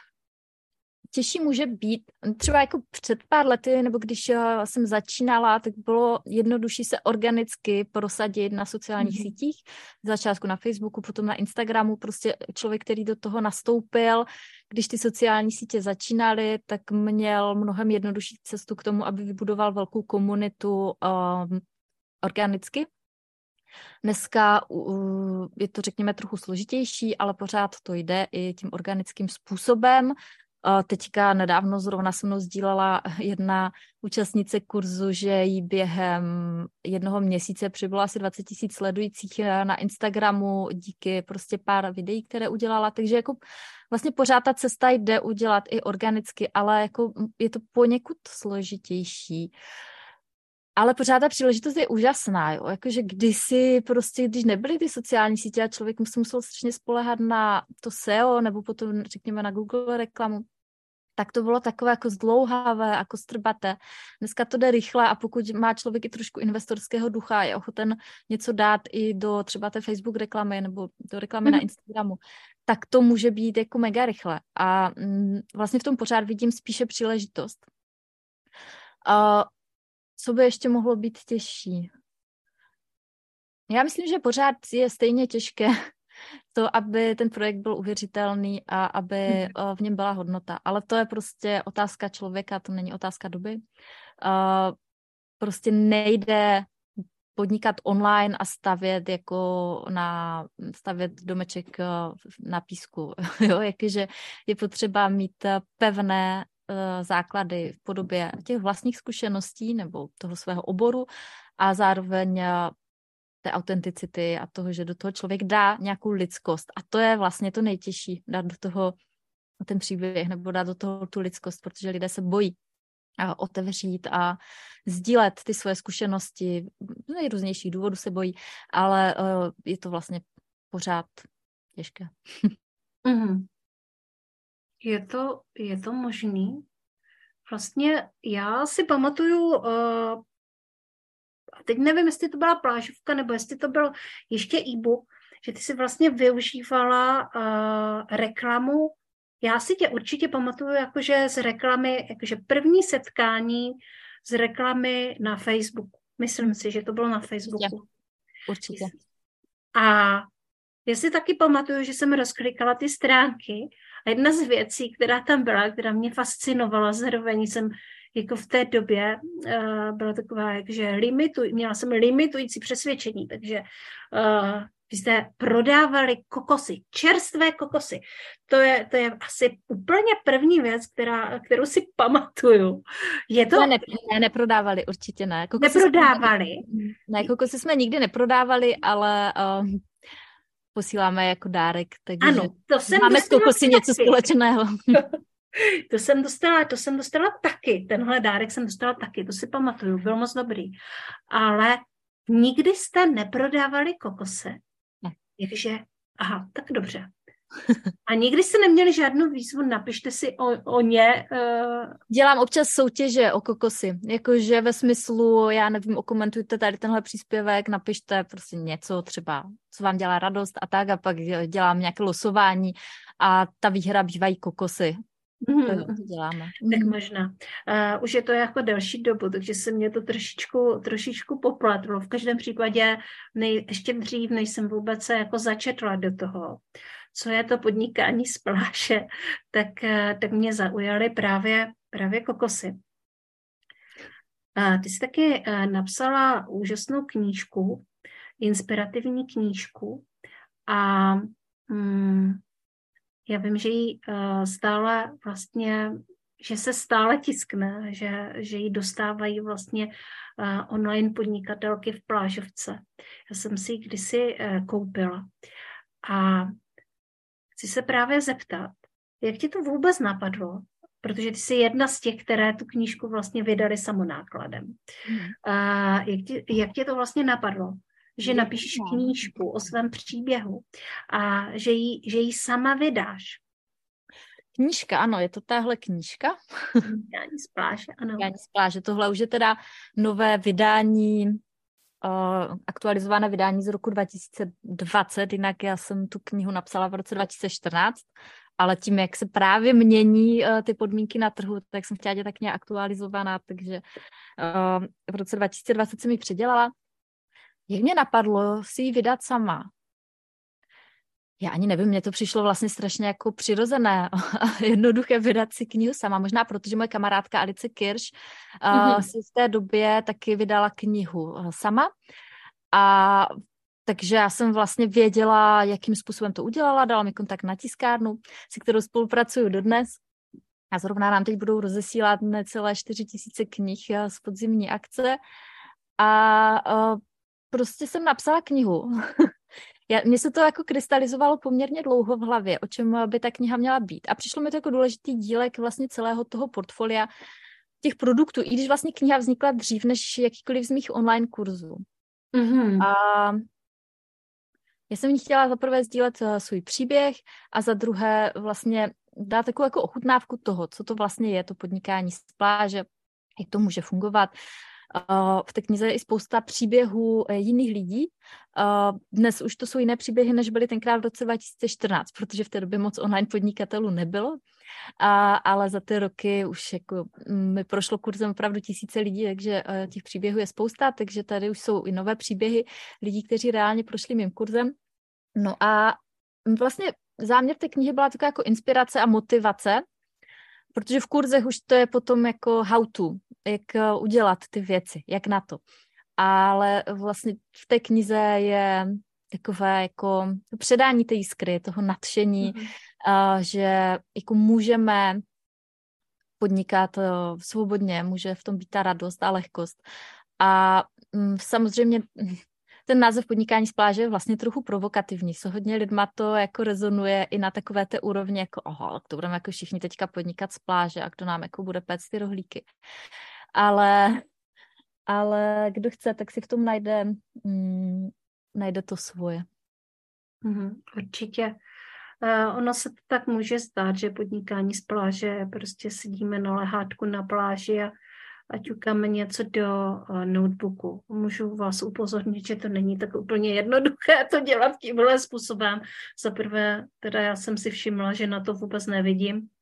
těžší může být, třeba jako před pár lety, nebo když jsem začínala, tak bylo jednodušší se organicky prosadit na sociálních mm-hmm. sítích, v začátku na Facebooku, potom na Instagramu, prostě člověk, který do toho nastoupil, když ty sociální sítě začínaly, tak měl mnohem jednodušší cestu k tomu, aby vybudoval velkou komunitu um, organicky. Dneska uh, je to, řekněme, trochu složitější, ale pořád to jde i tím organickým způsobem. Teďka nedávno zrovna se mnou sdílela jedna účastnice kurzu, že jí během jednoho měsíce přibylo asi dvacet tisíc sledujících na Instagramu díky prostě pár videí, které udělala. Takže jako vlastně pořád ta cesta jde udělat i organicky, ale jako je to poněkud složitější. Ale pořád ta příležitost je úžasná, jo. Jakože kdysi prostě, když nebyly ty sociální sítě a člověk musel, musel strašně spoléhat na to S E O nebo potom řekněme na Google reklamu, tak to bylo takové jako zdlouhavé, jako strbaté. Dneska to jde rychle a pokud má člověk i trošku investorského ducha, je ochoten něco dát i do třeba té Facebook reklamy nebo do reklamy mm. na Instagramu, tak to může být jako mega rychle. A mm, vlastně v tom pořád vidím spíše příležitost. Uh, co by ještě mohlo být těžší? Já myslím, že pořád je stejně těžké to, aby ten projekt byl uvěřitelný a aby v něm byla hodnota. Ale to je prostě otázka člověka, to není otázka doby. Prostě nejde podnikat online a stavět jako na stavět domeček na písku. Jo, jakože je potřeba mít pevné základy v podobě těch vlastních zkušeností nebo toho svého oboru a zároveň té autenticity a toho, že do toho člověk dá nějakou lidskost. A to je vlastně to nejtěžší, dát do toho ten příběh nebo dát do toho tu lidskost, protože lidé se bojí a otevřít a sdílet ty svoje zkušenosti. Z nejrůznějších důvodů se bojí, ale uh, je to vlastně pořád těžké. Mm-hmm. Je to, je to možný? Vlastně já si pamatuju, uh, a teď nevím, jestli to byla plážovka, nebo jestli to byl ještě e-book, že ty si vlastně využívala uh, reklamu. Já si tě určitě pamatuju jakože z reklamy, jakože první setkání z reklamy na Facebooku. Myslím si, že to bylo na Facebooku. Určitě. A Já si taky pamatuju, že jsem rozklikala ty stránky a jedna z věcí, která tam byla, která mě fascinovala, zároveň jsem jako v té době uh, byla taková, že limituj, měla jsem limitující přesvědčení, takže uh, vy jste prodávali kokosy, čerstvé kokosy. To je, to je asi úplně první věc, která, kterou si pamatuju. Je to... Ne, ne, neprodávali, určitě ne. Kokosy neprodávali? Jsme, ne, kokosy jsme nikdy neprodávali, ale uh, posíláme jako dárek, takže ano, to jsem máme s kokosy něco společného. To jsem dostala, to jsem dostala taky, tenhle dárek jsem dostala taky, to si pamatuju, byl moc dobrý. Ale nikdy jste neprodávali kokose. Ne. Takže, aha, tak dobře. A nikdy jste neměli žádnou výzvu, napište si o, o ně. Uh... Dělám občas soutěže o kokosy, jakože ve smyslu, já nevím, okomentujte tady tenhle příspěvek, napište prostě něco třeba, co vám dělá radost a tak, a pak dělám nějaké losování a ta výhra bývají kokosy. Mm. To, to děláme. Tak možná. Uh, už je to jako delší dobu, takže se mě to trošičku, trošičku popletlo. V každém případě nej, ještě dřív, než jsem vůbec se jako začetla do toho, co je to podnikání z pláže, tak, uh, tak mě zaujaly právě, právě kokosy. Uh, ty jsi taky uh, napsala úžasnou knížku, inspirativní knížku a um, já vím, že jí uh, stále vlastně, že se stále tiskne, že, že ji dostávají vlastně uh, online podnikatelky v Plážovce. Já jsem si ji kdysi uh, koupila. A chci se právě zeptat, jak ti to vůbec napadlo? Protože ty jsi jedna z těch, které tu knížku vlastně vydali samonákladem. Mm. Uh, jak, ti, jak ti to vlastně napadlo? Že napíšeš knížku o svém příběhu a že ji, že ji sama vydáš. Knížka, ano, je to tahle knížka. Vydání z pláže, ano. Vydání z pláže. Tohle už je teda nové vydání, uh, aktualizované vydání z roku dva tisíce dvacet, jinak já jsem tu knihu napsala v roce dva tisíce čtrnáct, ale tím, jak se právě mění uh, ty podmínky na trhu, tak jsem chtěla dělat tak nějak aktualizovaná, takže uh, v roce dva tisíce dvacet jsem ji předělala. Jak mě napadlo si ji vydat sama? Já ani nevím, mně to přišlo vlastně strašně jako přirozené a jednoduché vydat si knihu sama. Možná protože moje kamarádka Alice Kirš mm-hmm. uh, si v té době taky vydala knihu uh, sama. A takže já jsem vlastně věděla, jakým způsobem to udělala. Dala mi kontakt na tiskárnu, se kterou spolupracuju dodnes. A zrovna nám teď budou rozesílat necelé čtyři tisíce knih uh, z podzimní akce. A uh, prostě jsem napsala knihu. Já, mně se to jako krystalizovalo poměrně dlouho v hlavě, o čem by ta kniha měla být. A přišlo mi to jako důležitý dílek vlastně celého toho portfolia těch produktů, i když vlastně kniha vznikla dřív než jakýkoliv z mých online kurzů. Mm-hmm. A já jsem v ní chtěla za prvé sdílet svůj příběh a za druhé vlastně dát takovou jako ochutnávku toho, co to vlastně je, to podnikání z pláže, jak to může fungovat. V té knize je i spousta příběhů jiných lidí. Dnes už to jsou jiné příběhy, než byly tenkrát v roce dva tisíce čtrnáct, protože v té době moc online podnikatelů nebylo, a, ale za ty roky už jako mi prošlo kurzem opravdu tisíce lidí, takže těch příběhů je spousta, takže tady už jsou i nové příběhy lidí, kteří reálně prošli mým kurzem. No a vlastně záměr té knihy byla taková jako inspirace a motivace, protože v kurzech už to je potom jako how to, jak udělat ty věci, jak na to. Ale vlastně v té knize je takové jako předání té jiskry, toho nadšení, mm-hmm. uh, že jako můžeme podnikat uh, svobodně, může v tom být ta radost a lehkost. A um, samozřejmě ten název podnikání z pláže je vlastně trochu provokativní. S hodně lidma to jako rezonuje i na takové té úrovni, jako oho, to budeme jako všichni teďka podnikat z pláže a kdo nám jako bude péct ty rohlíky. Ale, ale kdo chce, tak si v tom najde, mm, najde to svoje. Mm, určitě. Uh, ono se to tak může zdát, že podnikání z pláže, prostě sedíme na lehátku na pláži a a ťukáme něco do uh, notebooku. Můžu vás upozornit, že to není tak úplně jednoduché to dělat tímhle způsobem. Za prvé, teda já jsem si všimla, že na to vůbec nevidím.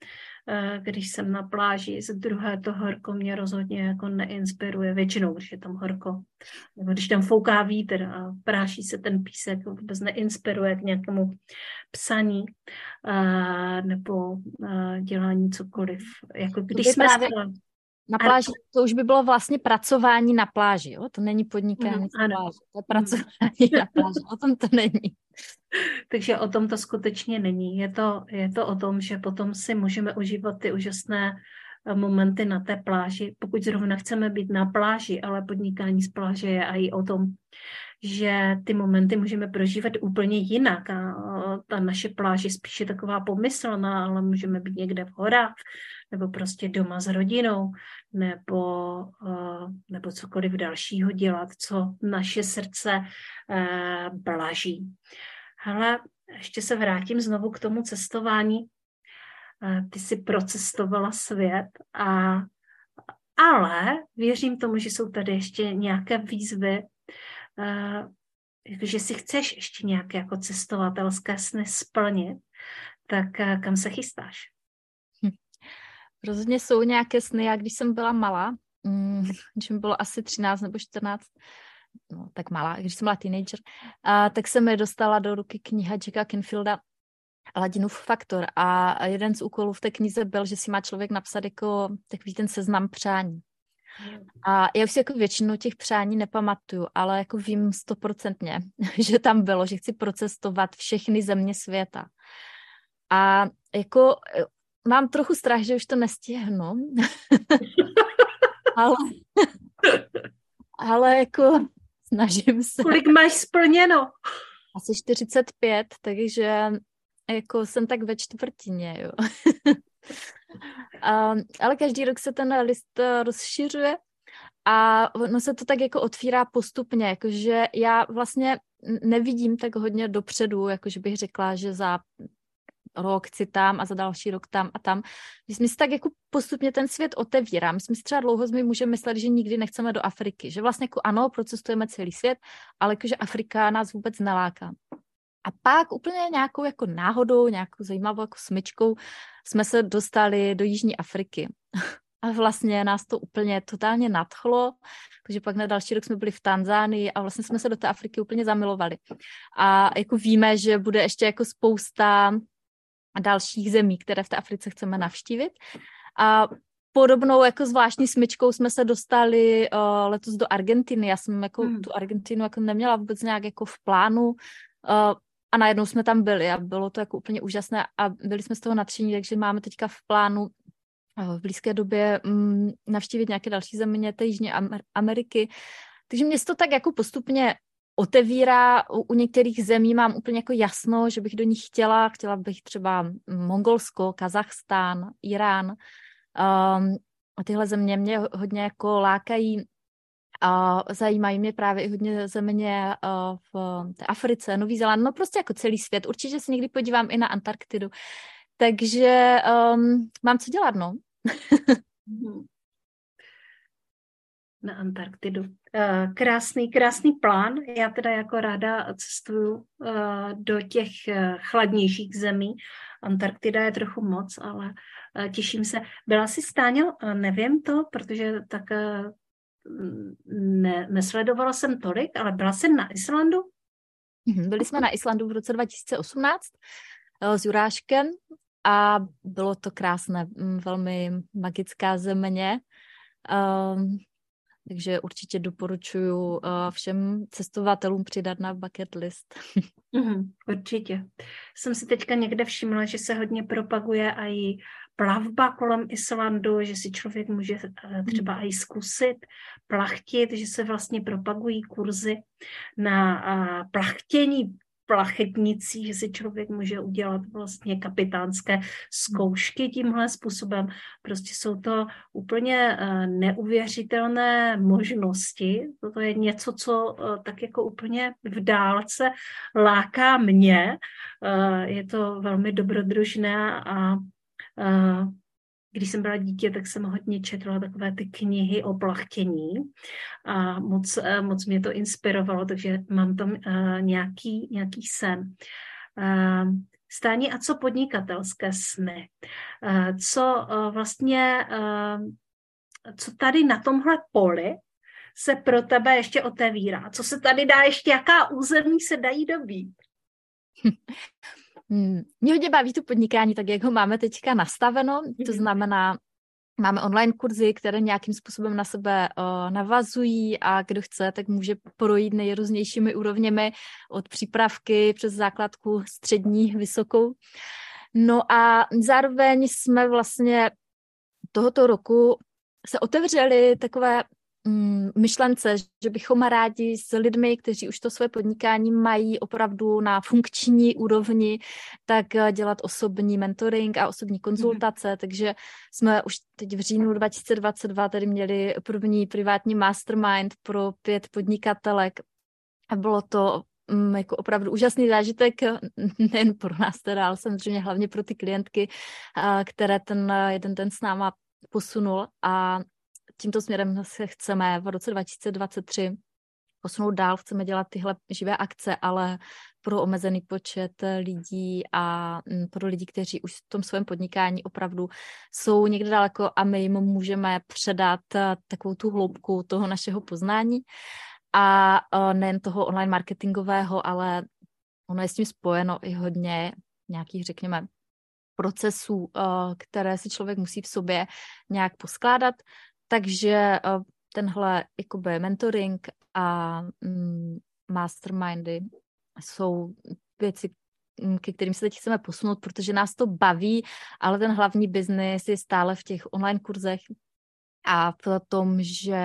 když jsem na pláži, z druhé to horko mě rozhodně jako neinspiruje, většinou, když je tam horko. Nebo když tam fouká vítr a práší se ten písek, vůbec neinspiruje k nějakému psaní nebo dělání cokoliv. Jako když jsme právě... Na pláži, to už by bylo vlastně pracování na pláži, jo? To není podnikání mm, na pláži, to je pracování mm. na pláži, o tom to není. Takže o tom to skutečně není. Je to, je to o tom, že potom si můžeme užívat ty úžasné momenty na té pláži, pokud zrovna chceme být na pláži, ale podnikání z pláže je i o tom, že ty momenty můžeme prožívat úplně jinak a ta naše pláž je spíše taková pomyslná, ale můžeme být někde v horách nebo prostě doma s rodinou nebo, nebo cokoliv dalšího dělat, co naše srdce blaží. Ale ještě se vrátím znovu k tomu cestování. Ty jsi procestovala svět, a, ale věřím tomu, že jsou tady ještě nějaké výzvy, že si chceš ještě nějaké jako cestovatelské sny splnit, tak kam se chystáš? Hm. Rozhodně jsou nějaké sny. Já když jsem byla malá, mm, když mi bylo asi třináct nebo čtrnáct, no tak malá, když jsem byla teenager, a, tak se mi dostala do ruky kniha Jacka Canfielda Aladinův faktor a jeden z úkolů v té knize byl, že si má člověk napsat jako takový ten seznam přání. A já už si jako většinu těch přání nepamatuju, ale jako vím stoprocentně, že tam bylo, že chci procestovat všechny země světa. A jako mám trochu strach, že už to nestihnu, ale, ale jako snažím se. Kolik máš splněno? Asi čtyřicet pět, takže jako jsem tak ve čtvrtině, jo. um, ale každý rok se ten list rozšiřuje a no se to tak jako otvírá postupně, jakože já vlastně nevidím tak hodně dopředu, jakože bych řekla, že za rok chci tam a za další rok tam a tam. My si tak jako postupně ten svět otevírá. My jsme si třeba dlouho jsme můžeme myslet, že nikdy nechceme do Afriky, že vlastně jako ano, procestujeme celý svět, ale jakože Afrika nás vůbec neláká. A pak úplně nějakou jako náhodou, nějakou zajímavou jako smyčkou jsme se dostali do Jižní Afriky. A vlastně nás to úplně totálně nadchlo, takže pak na další rok jsme byli v Tanzánii a vlastně jsme se do té Afriky úplně zamilovali. A jako víme, že bude ještě jako spousta dalších zemí, které v té Africe chceme navštívit. A podobnou jako zvláštní smyčkou jsme se dostali uh, letos do Argentiny. Já jsem jako hmm. tu Argentinu jako neměla vůbec nějak jako v plánu, uh, a najednou jsme tam byli a bylo to jako úplně úžasné a byli jsme z toho nadšení, takže máme teďka v plánu v blízké době um, navštívit nějaké další země té Jižní Ameriky. Takže mě se to tak jako postupně otevírá. U, u některých zemí mám úplně jako jasno, že bych do nich chtěla. Chtěla bych třeba Mongolsko, Kazachstán, Irán. Um, a tyhle země mě hodně jako lákají. A zajímají mě právě i hodně země v té Africe, Nový Zéland, no prostě jako celý svět. Určitě se někdy podívám i na Antarktidu. Takže um, mám co dělat, no. Na Antarktidu. Krásný, krásný plán. Já teda jako ráda cestuju do těch chladnějších zemí. Antarktida je trochu moc, ale těším se. Byla jsi, Stáňo? Nevím to, protože tak ne, nesledovala jsem tolik, ale byla jsem na Islandu? Byli jsme na Islandu v roce dva tisíce osmnáct s Juráškem a bylo to krásné, velmi magická země. Um, takže určitě doporučuji uh, všem cestovatelům přidat na bucket list. Mm, určitě. Jsem si teďka někde všimla, že se hodně propaguje i plavba kolem Islandu, že si člověk může třeba i zkusit plachtit, že se vlastně propagují kurzy na uh, plachtění plachetnicí, že si člověk může udělat vlastně kapitánské zkoušky tímhle způsobem. Prostě jsou to úplně uh, neuvěřitelné možnosti. Toto je něco, co uh, tak jako úplně v dálce láká mě. Uh, je to velmi dobrodružné a uh, když jsem byla dítě, tak jsem hodně četla takové ty knihy o plachtění a moc, moc mě to inspirovalo, takže mám tam uh, nějaký, nějaký sen. Uh, Stáni, a co podnikatelské sny? Co vlastně, co tady na tomhle poli se pro tebe ještě otevírá? Co se tady dá ještě, jaká území se dají dobít? Mě hodně baví to podnikání, tak jak ho máme teďka nastaveno, to znamená, máme online kurzy, které nějakým způsobem na sebe uh, navazují a kdo chce, tak může projít nejrůznějšími úrovněmi od přípravky přes základku střední, vysokou. No a zároveň jsme vlastně tohoto roku se otevřeli takové mm, myšlence, že bychom rádi s lidmi, kteří už to své podnikání mají opravdu na funkční úrovni, tak dělat osobní mentoring a osobní konzultace, mm. takže jsme už teď v říjnu dva tisíce dvacet dva tady měli první privátní mastermind pro pět podnikatelek a bylo to mm, jako opravdu úžasný zážitek, nejen pro nás teda, ale samozřejmě hlavně pro ty klientky, které ten jeden den s náma posunul a tímto směrem se chceme v roce dva tisíce dvacet tři posunout dál, chceme dělat tyhle živé akce, ale pro omezený počet lidí a pro lidi, kteří už v tom svém podnikání opravdu jsou někde daleko a my jim můžeme předat takovou tu hloubku toho našeho poznání a nejen toho online marketingového, ale ono je s tím spojeno i hodně nějakých, řekněme, procesů, které si člověk musí v sobě nějak poskládat. Takže tenhle jakoby mentoring a mastermindy jsou věci, ke kterým se teď chceme posunout, protože nás to baví, ale ten hlavní biznis je stále v těch online kurzech a v tom, že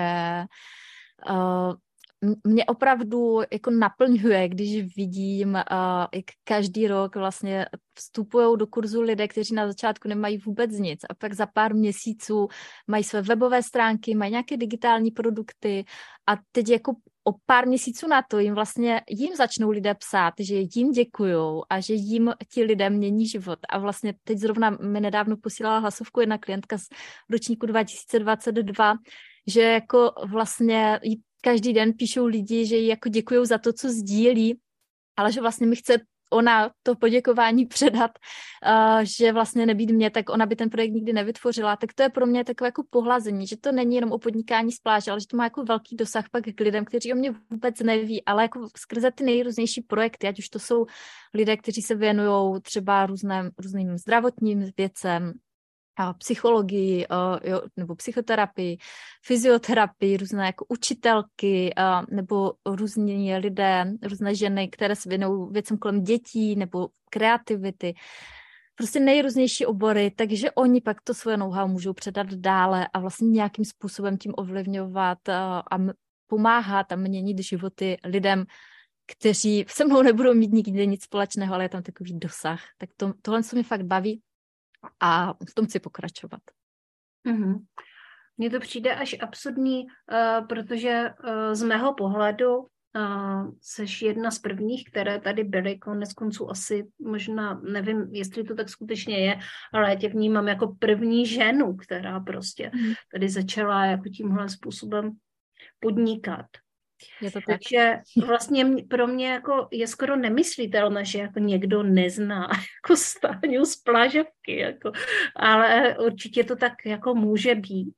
uh, mě opravdu jako naplňuje, když vidím, uh, jak každý rok vlastně vstupují do kurzu lidé, kteří na začátku nemají vůbec nic a pak za pár měsíců mají své webové stránky, mají nějaké digitální produkty a teď jako o pár měsíců na to jim vlastně jim začnou lidé psát, že jim děkujou a že jim ti lidé mění život. A vlastně teď zrovna mi nedávno posílala hlasovku jedna klientka z ročníku dva tisíce dvacet dva, že jako vlastně každý den píšou lidi, že jí jako děkujou za to, co sdílí, ale že vlastně mi chce ona to poděkování předat, uh, že vlastně nebýt mě, tak ona by ten projekt nikdy nevytvořila. Tak to je pro mě takové jako pohlazení, že to není jenom o podnikání z pláže, ale že to má jako velký dosah pak k lidem, kteří o mě vůbec neví, ale jako skrze ty nejrůznější projekty, ať už to jsou lidé, kteří se věnují třeba různým, různým zdravotním věcem, psychologii jo, nebo psychoterapii, fyzioterapii, různé jako učitelky nebo různí lidé, různé ženy, které se věnují věcem kolem dětí nebo kreativity. Prostě nejrůznější obory, takže oni pak to svoje know-how můžou předat dále a vlastně nějakým způsobem tím ovlivňovat a pomáhat a měnit životy lidem, kteří se mnou nebudou mít nikdy nic společného, ale je tam takový dosah. Tak to, tohle se mi fakt baví. A v tom chci pokračovat. Mm-hmm. Mně to přijde až absurdní, uh, protože uh, z mého pohledu uh, seš jedna z prvních, které tady byly, konec konců asi možná, nevím, jestli to tak skutečně je, ale já tě vnímám jako první ženu, která prostě mm. tady začala jako tímhle způsobem podnikat. Je to tak. Takže vlastně pro mě jako je skoro nemyslitelné, že jako někdo nezná jako Stáňu z plážovky, jako, ale určitě to tak jako může být.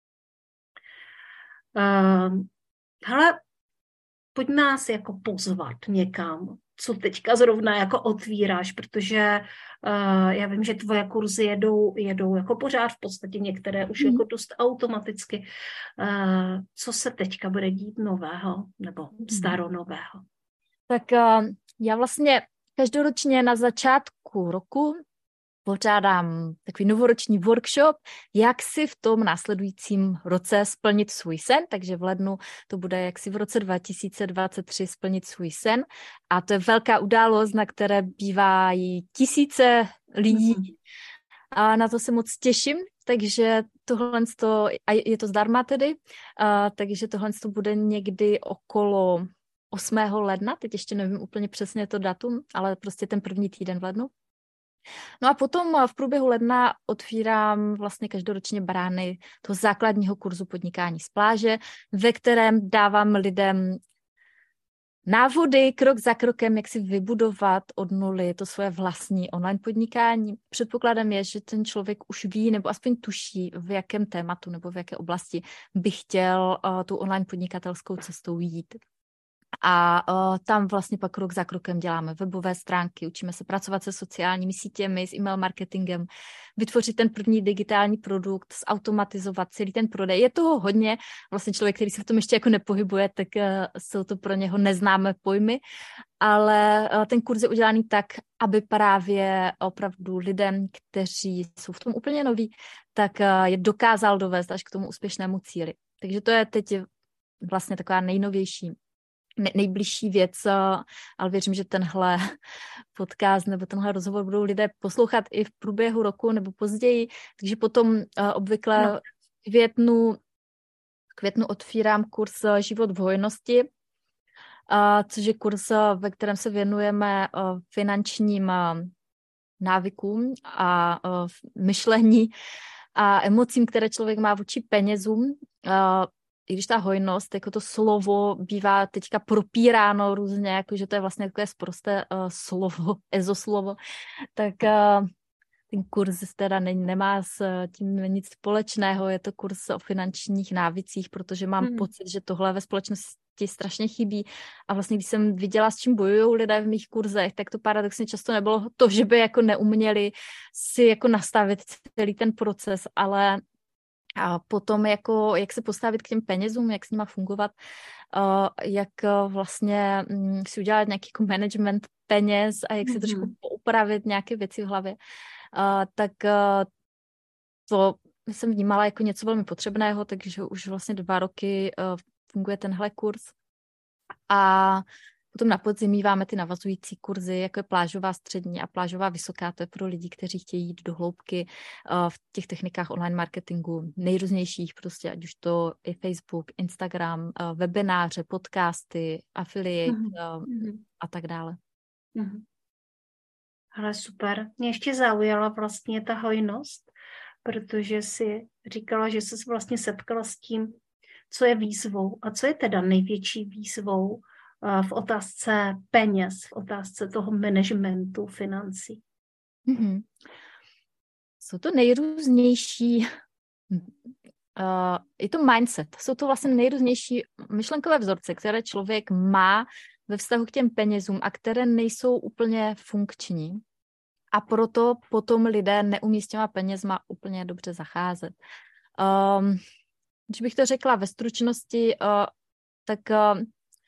Uh, hele, pojď nás jako pozvat někam, co teďka zrovna jako otvíráš, protože uh, já vím, že tvoje kurzy jedou, jedou jako pořád v podstatě, některé už mm. jako dost automaticky. Uh, co se teďka bude dít nového nebo staronového? Tak uh, já vlastně každoročně na začátku roku pořádám takový novoroční workshop, jak si v tom následujícím roce splnit svůj sen, takže v lednu to bude jak si v roce dva tisíce dvacet tři splnit svůj sen a to je velká událost, na které bývají tisíce lidí a na to se moc těším, takže tohle a je to zdarma tedy, a, takže tohle bude někdy okolo osmého ledna, teď ještě nevím úplně přesně to datum, ale prostě ten první týden v lednu. No a potom v průběhu ledna otvírám vlastně každoročně brány toho základního kurzu podnikání z pláže, ve kterém dávám lidem návody krok za krokem, jak si vybudovat od nuly to svoje vlastní online podnikání. Předpokladem je, že ten člověk už ví nebo aspoň tuší, v jakém tématu nebo v jaké oblasti by chtěl uh, tu online podnikatelskou cestou jít. A uh, tam vlastně pak krok za krokem děláme webové stránky, učíme se pracovat se sociálními sítěmi, s e-mail marketingem, vytvořit ten první digitální produkt, zautomatizovat celý ten prodej. Je toho hodně, vlastně člověk, který se v tom ještě jako nepohybuje, tak uh, jsou to pro něho neznámé pojmy, ale uh, ten kurz je udělaný tak, aby právě opravdu lidem, kteří jsou v tom úplně noví, tak uh, je dokázal dovést až k tomu úspěšnému cíli. Takže to je teď vlastně taková nejnovější nejbližší věc, ale věřím, že tenhle podcast nebo tenhle rozhovor budou lidé poslouchat i v průběhu roku nebo později, takže potom uh, obvykle no. v květnu, květnu otvírám kurz Život v hojnosti, uh, což je kurz, ve kterém se věnujeme uh, finančním uh, návykům a uh, myšlení a emocím, které člověk má vůči penězům. Uh, I když ta hojnost, jako to slovo bývá teďka propíráno různě, jako že to je vlastně takové sprosté uh, slovo, ezoslovo, tak uh, ten kurz teda ne, nemá s tím nic společného, je to kurz o finančních návicích, protože mám hmm. pocit, že tohle ve společnosti strašně chybí a vlastně když jsem viděla, s čím bojují lidé v mých kurzech, tak to paradoxně často nebylo to, že by jako neuměli si jako nastavit celý ten proces, ale a potom, jako, jak se postavit k těm penězům, jak s nima fungovat, uh, jak uh, vlastně um, si udělat nějaký jako management peněz a jak si mm-hmm. trošku poupravit nějaké věci v hlavě, uh, tak uh, to jsem vnímala jako něco velmi potřebného, takže už vlastně dva roky uh, funguje tenhle kurz. A potom na podzim míváme ty navazující kurzy, jako je plážová střední a plážová vysoká. To je pro lidi, kteří chtějí jít do hloubky uh, v těch technikách online marketingu nejrůznějších, prostě ať už to je Facebook, Instagram, uh, webináře, podcasty, affiliate uh, mm-hmm. a tak dále. Mm-hmm. Ale super. Mě ještě zaujala vlastně ta hojnost, protože si říkala, že jsi vlastně setkala s tím, co je výzvou a co je teda největší výzvou v otázce peněz, v otázce toho managementu financí. Mm-hmm. Jsou to nejrůznější, uh, je to mindset, jsou to vlastně nejrůznější myšlenkové vzorce, které člověk má ve vztahu k těm penězům a které nejsou úplně funkční. A proto potom lidé neumí s těma penězma úplně dobře zacházet. Um, když bych to řekla ve stručnosti, uh, tak uh,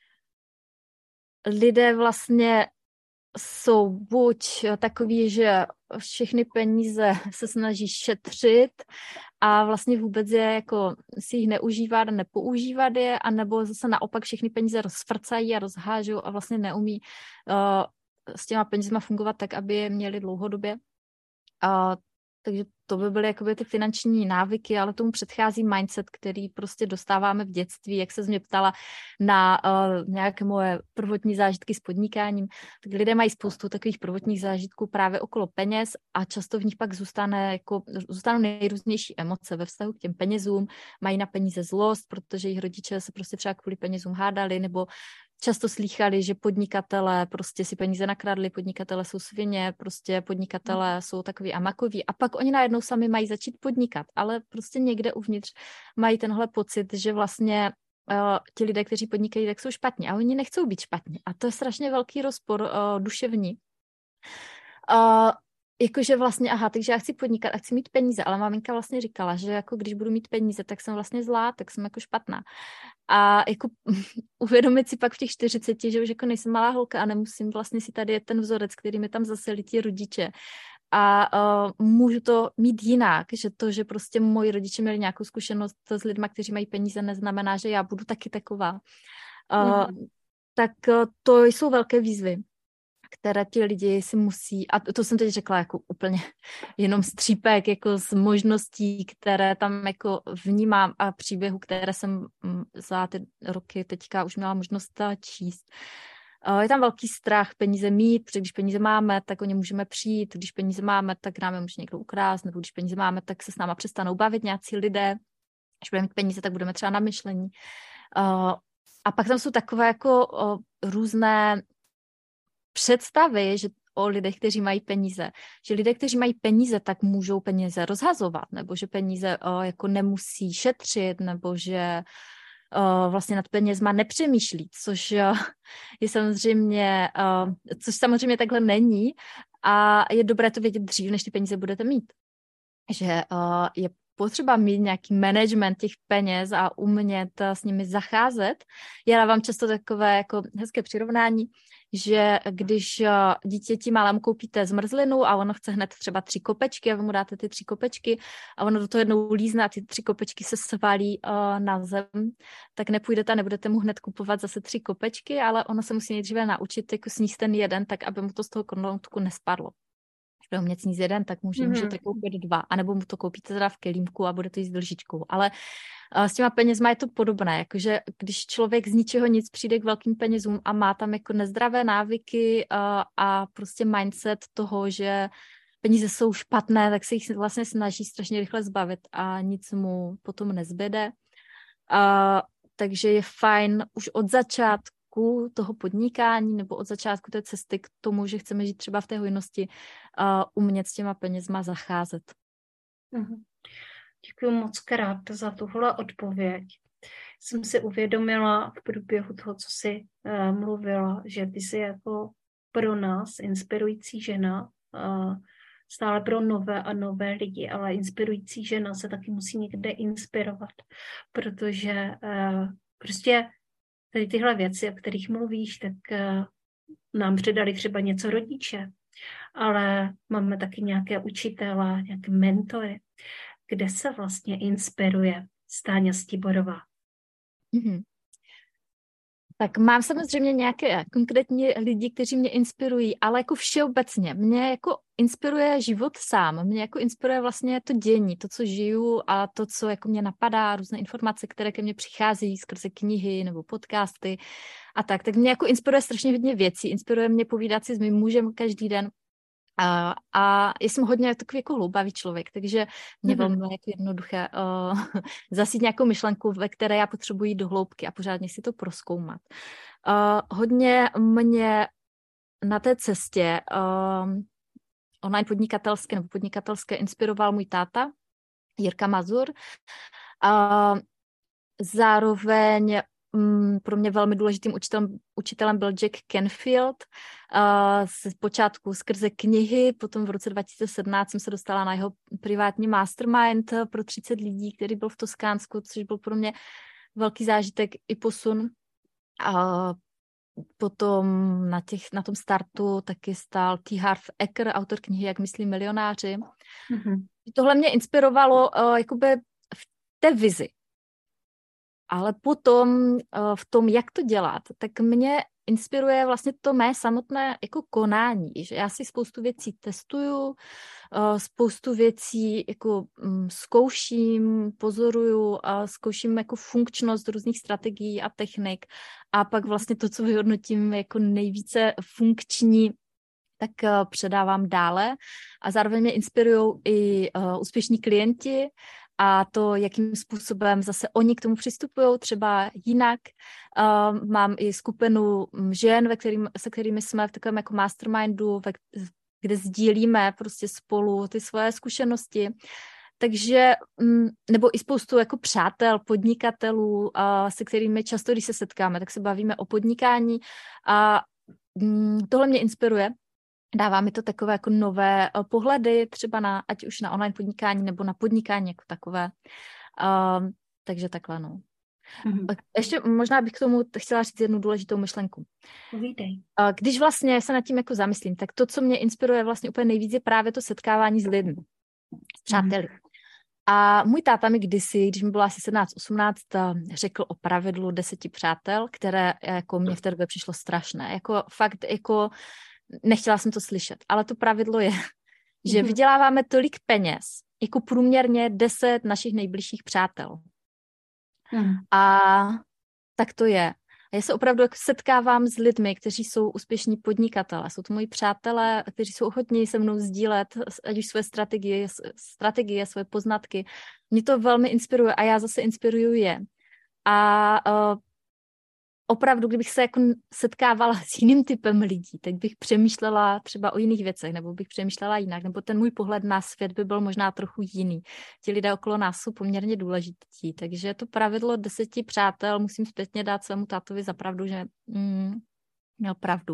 lidé vlastně jsou buď takový, že všechny peníze se snaží šetřit a vlastně vůbec je jako si jich neužívat a nepoužívat je, anebo zase naopak všechny peníze rozfrcají a rozhážou a vlastně neumí uh, s těma penězma fungovat tak, aby je měli dlouhodobě. Uh, takže to by byly jakoby ty finanční návyky, ale tomu předchází mindset, který prostě dostáváme v dětství, jak se mě ptala na uh, nějaké moje prvotní zážitky s podnikáním. Tak lidé mají spoustu takových prvotních zážitků právě okolo peněz a často v nich pak zůstane jako, zůstanou nejrůznější emoce ve vztahu k těm penězům, mají na peníze zlost, protože jejich rodiče se prostě třeba kvůli penězům hádali, nebo často slýchali, že podnikatelé prostě si peníze nakradli, podnikatelé jsou svině, prostě podnikatelé mm. jsou takový amakoví a pak oni najednou sami mají začít podnikat, ale prostě někde uvnitř mají tenhle pocit, že vlastně uh, ti lidé, kteří podnikají, tak jsou špatní a oni nechcou být špatní a to je strašně velký rozpor uh, duševní. Uh, Jakože vlastně, aha, takže já chci podnikat a chci mít peníze, ale maminka vlastně říkala, že jako když budu mít peníze, tak jsem vlastně zlá, tak jsem jako špatná. A jako uvědomit si pak v těch čtyřiceti, že už jako nejsem malá holka a nemusím vlastně si tady je ten vzorec, který mi tam zaseli ti rodiče. A uh, můžu to mít jinak, že to, že prostě moji rodiče měli nějakou zkušenost s lidmi, kteří mají peníze, neznamená, že já budu taky taková. Uh, mm. Tak uh, to jsou velké výzvy, které ti lidi si musí, a to jsem teď řekla jako úplně jenom střípek jako z možností, které tam jako vnímám a příběhu, které jsem za ty roky teďka už měla možnost číst. Je tam velký strach peníze mít, protože když peníze máme, tak o ně můžeme přijít, když peníze máme, tak nám je může někdo ukrást, nebo když peníze máme, tak se s náma přestanou bavit nějací lidé, když budeme mít peníze, tak budeme třeba na myšlení. a pak tam jsou takové jako o, různé představy, že o lidech, kteří mají peníze. Že lidé, kteří mají peníze, tak můžou peníze rozhazovat, nebo že peníze o, jako nemusí šetřit, nebo že o, vlastně nad penězma nepřemýšlí, což o, je samozřejmě, o, což samozřejmě takhle není a je dobré to vědět dřív, než ty peníze budete mít. Že o, je potřeba mít nějaký management těch peněz a umět s nimi zacházet. Já dávám často takové jako hezké přirovnání, že když dítěti malému koupíte zmrzlinu a ono chce hned třeba tři kopečky a vy mu dáte ty tři kopečky a ono do toho jednou lízne a ty tři kopečky se svalí uh, na zem, tak nepůjdete a nebudete mu hned kupovat zase tři kopečky, ale ono se musí nejdříve naučit jako sníst ten jeden, tak aby mu to z toho konoutku nespadlo. Když umět sníst jeden, tak může, mm-hmm. můžete koupit dva, anebo mu to koupíte teda v kelímku a bude to jíst lžičkou. Ale uh, s těma penězma je to podobné, jakože když člověk z ničeho nic přijde k velkým penězům a má tam jako nezdravé návyky uh, a prostě mindset toho, že peníze jsou špatné, tak se jich vlastně snaží strašně rychle zbavit a nic mu potom nezbyde. Uh, takže je fajn už od začátku toho podnikání nebo od začátku té cesty k tomu, že chceme žít třeba v té hojnosti, uh, umět s těma penězma zacházet. Mhm. Děkuji moc krát za tuhle odpověď. Jsem si uvědomila v průběhu toho, co jsi uh, mluvila, že ty jsi jako pro nás inspirující žena, uh, stále pro nové a nové lidi, ale inspirující žena se taky musí někde inspirovat, protože uh, prostě tady tyhle věci, o kterých mluvíš, tak uh, nám předali třeba něco rodiče, ale máme taky nějaké učitele, nějaké mentory, kde se vlastně inspiruje Stáňa Stiborová. Mm-hmm. Tak mám samozřejmě nějaké konkrétní lidi, kteří mě inspirují, ale jako všeobecně. Mě jako inspiruje život sám. Mě jako inspiruje vlastně to dění, to, co žiju a to, co jako mě napadá, různé informace, které ke mně přichází skrze knihy nebo podcasty a tak. Tak mě jako inspiruje strašně hodně věcí. Inspiruje mě povídat si s mým mužem každý den. A, a jsem hodně takový jako hloubavý člověk, takže mě mm-hmm. velmi jako jednoduché uh, zasít nějakou myšlenku, ve které já potřebuji do hloubky a pořádně si to prozkoumat. Uh, hodně mě na té cestě uh, online podnikatelské nebo podnikatelské inspiroval můj táta, Jirka Mazur. Uh, zároveň pro mě velmi důležitým učitelem, učitelem byl Jack Canfield. Uh, z počátku skrze knihy, potom v roce dva tisíce sedmnáct jsem se dostala na jeho privátní mastermind pro třicet lidí, který byl v Toskánsku, což byl pro mě velký zážitek i posun. Uh, potom na, těch, na tom startu taky stál T. Harv Eker, autor knihy Jak myslí milionáři. Mm-hmm. Tohle mě inspirovalo uh, jakoby v té vizi. Ale potom v tom, jak to dělat, tak mě inspiruje vlastně to mé samotné jako konání, že já si spoustu věcí testuju, spoustu věcí jako zkouším, pozoruju, zkouším jako funkčnost různých strategií a technik a pak vlastně to, co vyhodnotím jako nejvíce funkční, tak předávám dále a zároveň mě inspirují i úspěšní klienti, a to, jakým způsobem zase oni k tomu přistupují, třeba jinak. Uh, mám i skupinu žen, ve kterým, se kterými jsme v takovém jako mastermindu, ve, kde sdílíme prostě spolu ty svoje zkušenosti. Takže, um, nebo i spoustu jako přátel, podnikatelů, uh, se kterými často, když se setkáme, tak se bavíme o podnikání a um, tohle mě inspiruje. Dává mi to takové jako nové pohledy, třeba na, ať už na online podnikání nebo na podnikání jako takové. Um, takže takhle, no. Mm-hmm. Ještě možná bych k tomu chtěla říct jednu důležitou myšlenku. Povídej. Když vlastně se nad tím jako zamyslím, tak to, co mě inspiruje vlastně úplně nejvíc, je právě to setkávání s lidmi, s přáteli. Mm-hmm. A můj táta mi kdysi, když mi bylo asi sedmnáct osmnáct, řekl o pravidlu deseti přátel, které jako mě v té době přišlo strašné. Jako fakt, jako nechtěla jsem to slyšet, ale to pravidlo je, že vyděláváme tolik peněz, jako průměrně deset našich nejbližších přátel. Mm. A tak to je. A já se opravdu setkávám s lidmi, kteří jsou úspěšní podnikatelé. Jsou to moji přátelé, kteří jsou ochotní se mnou sdílet, ať už svoje strategie, strategie, svoje poznatky. Mě to velmi inspiruje a já zase inspiruju je. A uh, opravdu, kdybych se jako setkávala s jiným typem lidí, tak bych přemýšlela třeba o jiných věcech, nebo bych přemýšlela jinak, nebo ten můj pohled na svět by byl možná trochu jiný. Ti lidé okolo nás jsou poměrně důležití, takže to pravidlo deseti přátel musím zpětně dát svému tátovi za pravdu, že mm, měl pravdu.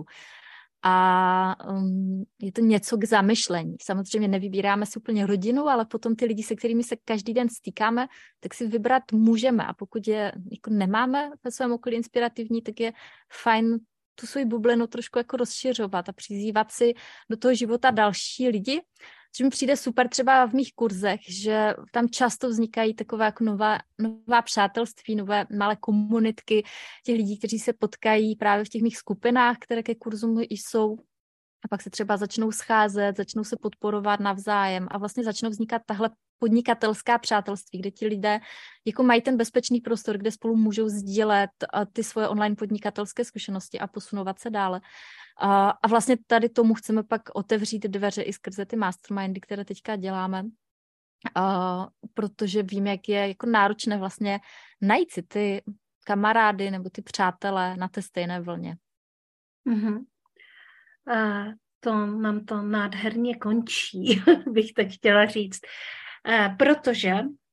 A um, je to něco k zamyšlení. Samozřejmě nevybíráme si úplně rodinu, ale potom ty lidi, se kterými se každý den stýkáme, tak si vybrat můžeme. A pokud je jako nemáme ve svém okolí inspirativní, tak je fajn tu svou bublinu trošku jako rozšiřovat a přizývat si do toho života další lidi. Což mi přijde super třeba v mých kurzech, že tam často vznikají takové jako nová, nová přátelství, nové malé komunitky těch lidí, kteří se potkají právě v těch mých skupinách, které ke kurzům jsou. A pak se třeba začnou scházet, začnou se podporovat navzájem a vlastně začnou vznikat tahle podnikatelská přátelství, kde ti lidé jako mají ten bezpečný prostor, kde spolu můžou sdílet ty svoje online podnikatelské zkušenosti a posunovat se dále. A vlastně tady tomu chceme pak otevřít dveře i skrze ty mastermindy, které teďka děláme, protože vím, jak je jako náročné vlastně najít si ty kamarády nebo ty přátelé na té stejné vlně. Mm-hmm. Uh, to nám to nádherně končí, bych tak chtěla říct. Uh, protože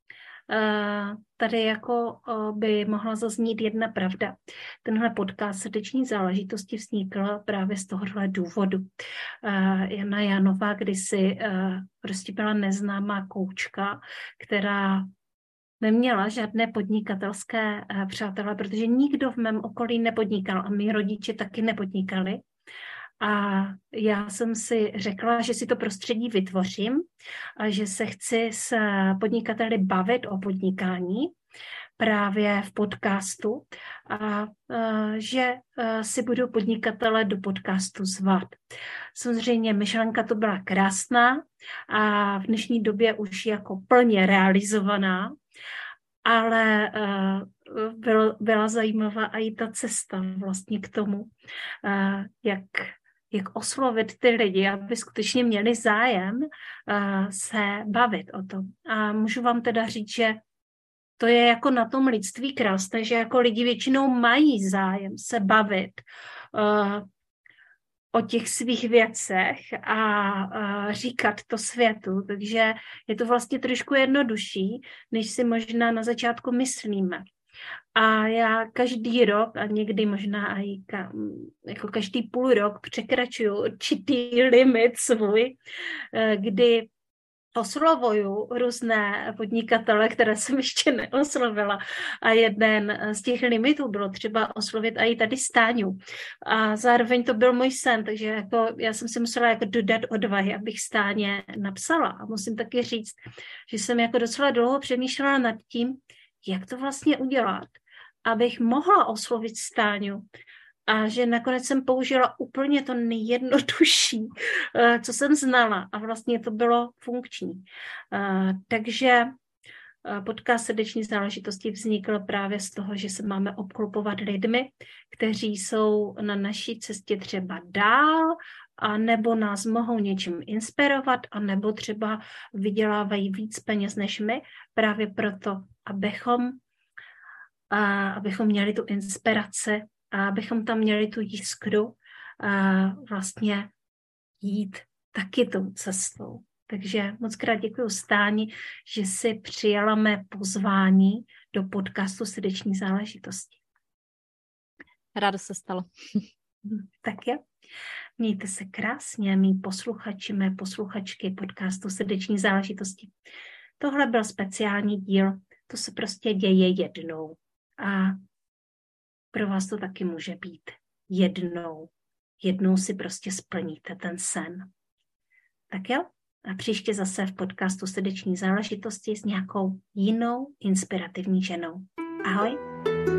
uh, tady jako uh, by mohla zaznít jedna pravda. Tenhle podcast Srdeční záležitosti vznikl právě z tohohle důvodu. Uh, Jana Janová kdysi uh, prostě byla neznámá koučka, která neměla žádné podnikatelské uh, přátelé, protože nikdo v mém okolí nepodnikal a mý rodiče taky nepodnikali. A já jsem si řekla, že si to prostředí vytvořím a že se chci s podnikateli bavit o podnikání právě v podcastu a, a že a si budu podnikatele do podcastu zvat. Samozřejmě myšlenka to byla krásná a v dnešní době už jako plně realizovaná, ale uh, byl, byla zajímavá i ta cesta vlastně k tomu, uh, jak jak oslovit ty lidi, aby skutečně měli zájem uh, se bavit o tom. A můžu vám teda říct, že to je jako na tom lidství krásné, že jako lidi většinou mají zájem se bavit uh, o těch svých věcech a uh, říkat to světu. Takže je to vlastně trošku jednodušší, než si možná na začátku myslíme. A já každý rok a někdy možná i ka, jako každý půl rok překračuju určitý limit svůj, kdy oslovuju různé podnikatele, které jsem ještě neoslovila. A jeden z těch limitů bylo třeba oslovit i tady Stáňu. A zároveň to byl můj sen, takže jako já jsem si musela jako dodat odvahy, abych Stáně napsala. A musím taky říct, že jsem jako docela dlouho přemýšlela nad tím, jak to vlastně udělat, abych mohla oslovit Stáňu. A že nakonec jsem použila úplně to nejjednodušší, co jsem znala. A vlastně to bylo funkční. Takže podcast Srdeční záležitosti vznikl právě z toho, že se máme obklopovat lidmi, kteří jsou na naší cestě třeba dál, a nebo nás mohou něčím inspirovat, a nebo třeba vydělávají víc peněz než my, právě proto, abychom, a, abychom měli tu inspiraci a abychom tam měli tu jiskru a vlastně jít taky tou cestou. Takže moc krát děkuji Stáni, že si přijala mé pozvání do podcastu Srdeční záležitosti. Rádo se stalo. Tak je. Mějte se krásně, mý posluchači, mé posluchačky podcastu Srdeční záležitosti. Tohle byl speciální díl, to se prostě děje jednou. A pro vás to taky může být jednou. Jednou si prostě splníte ten sen. Tak jo? A příště zase v podcastu Srdeční záležitosti s nějakou jinou inspirativní ženou. Ahoj!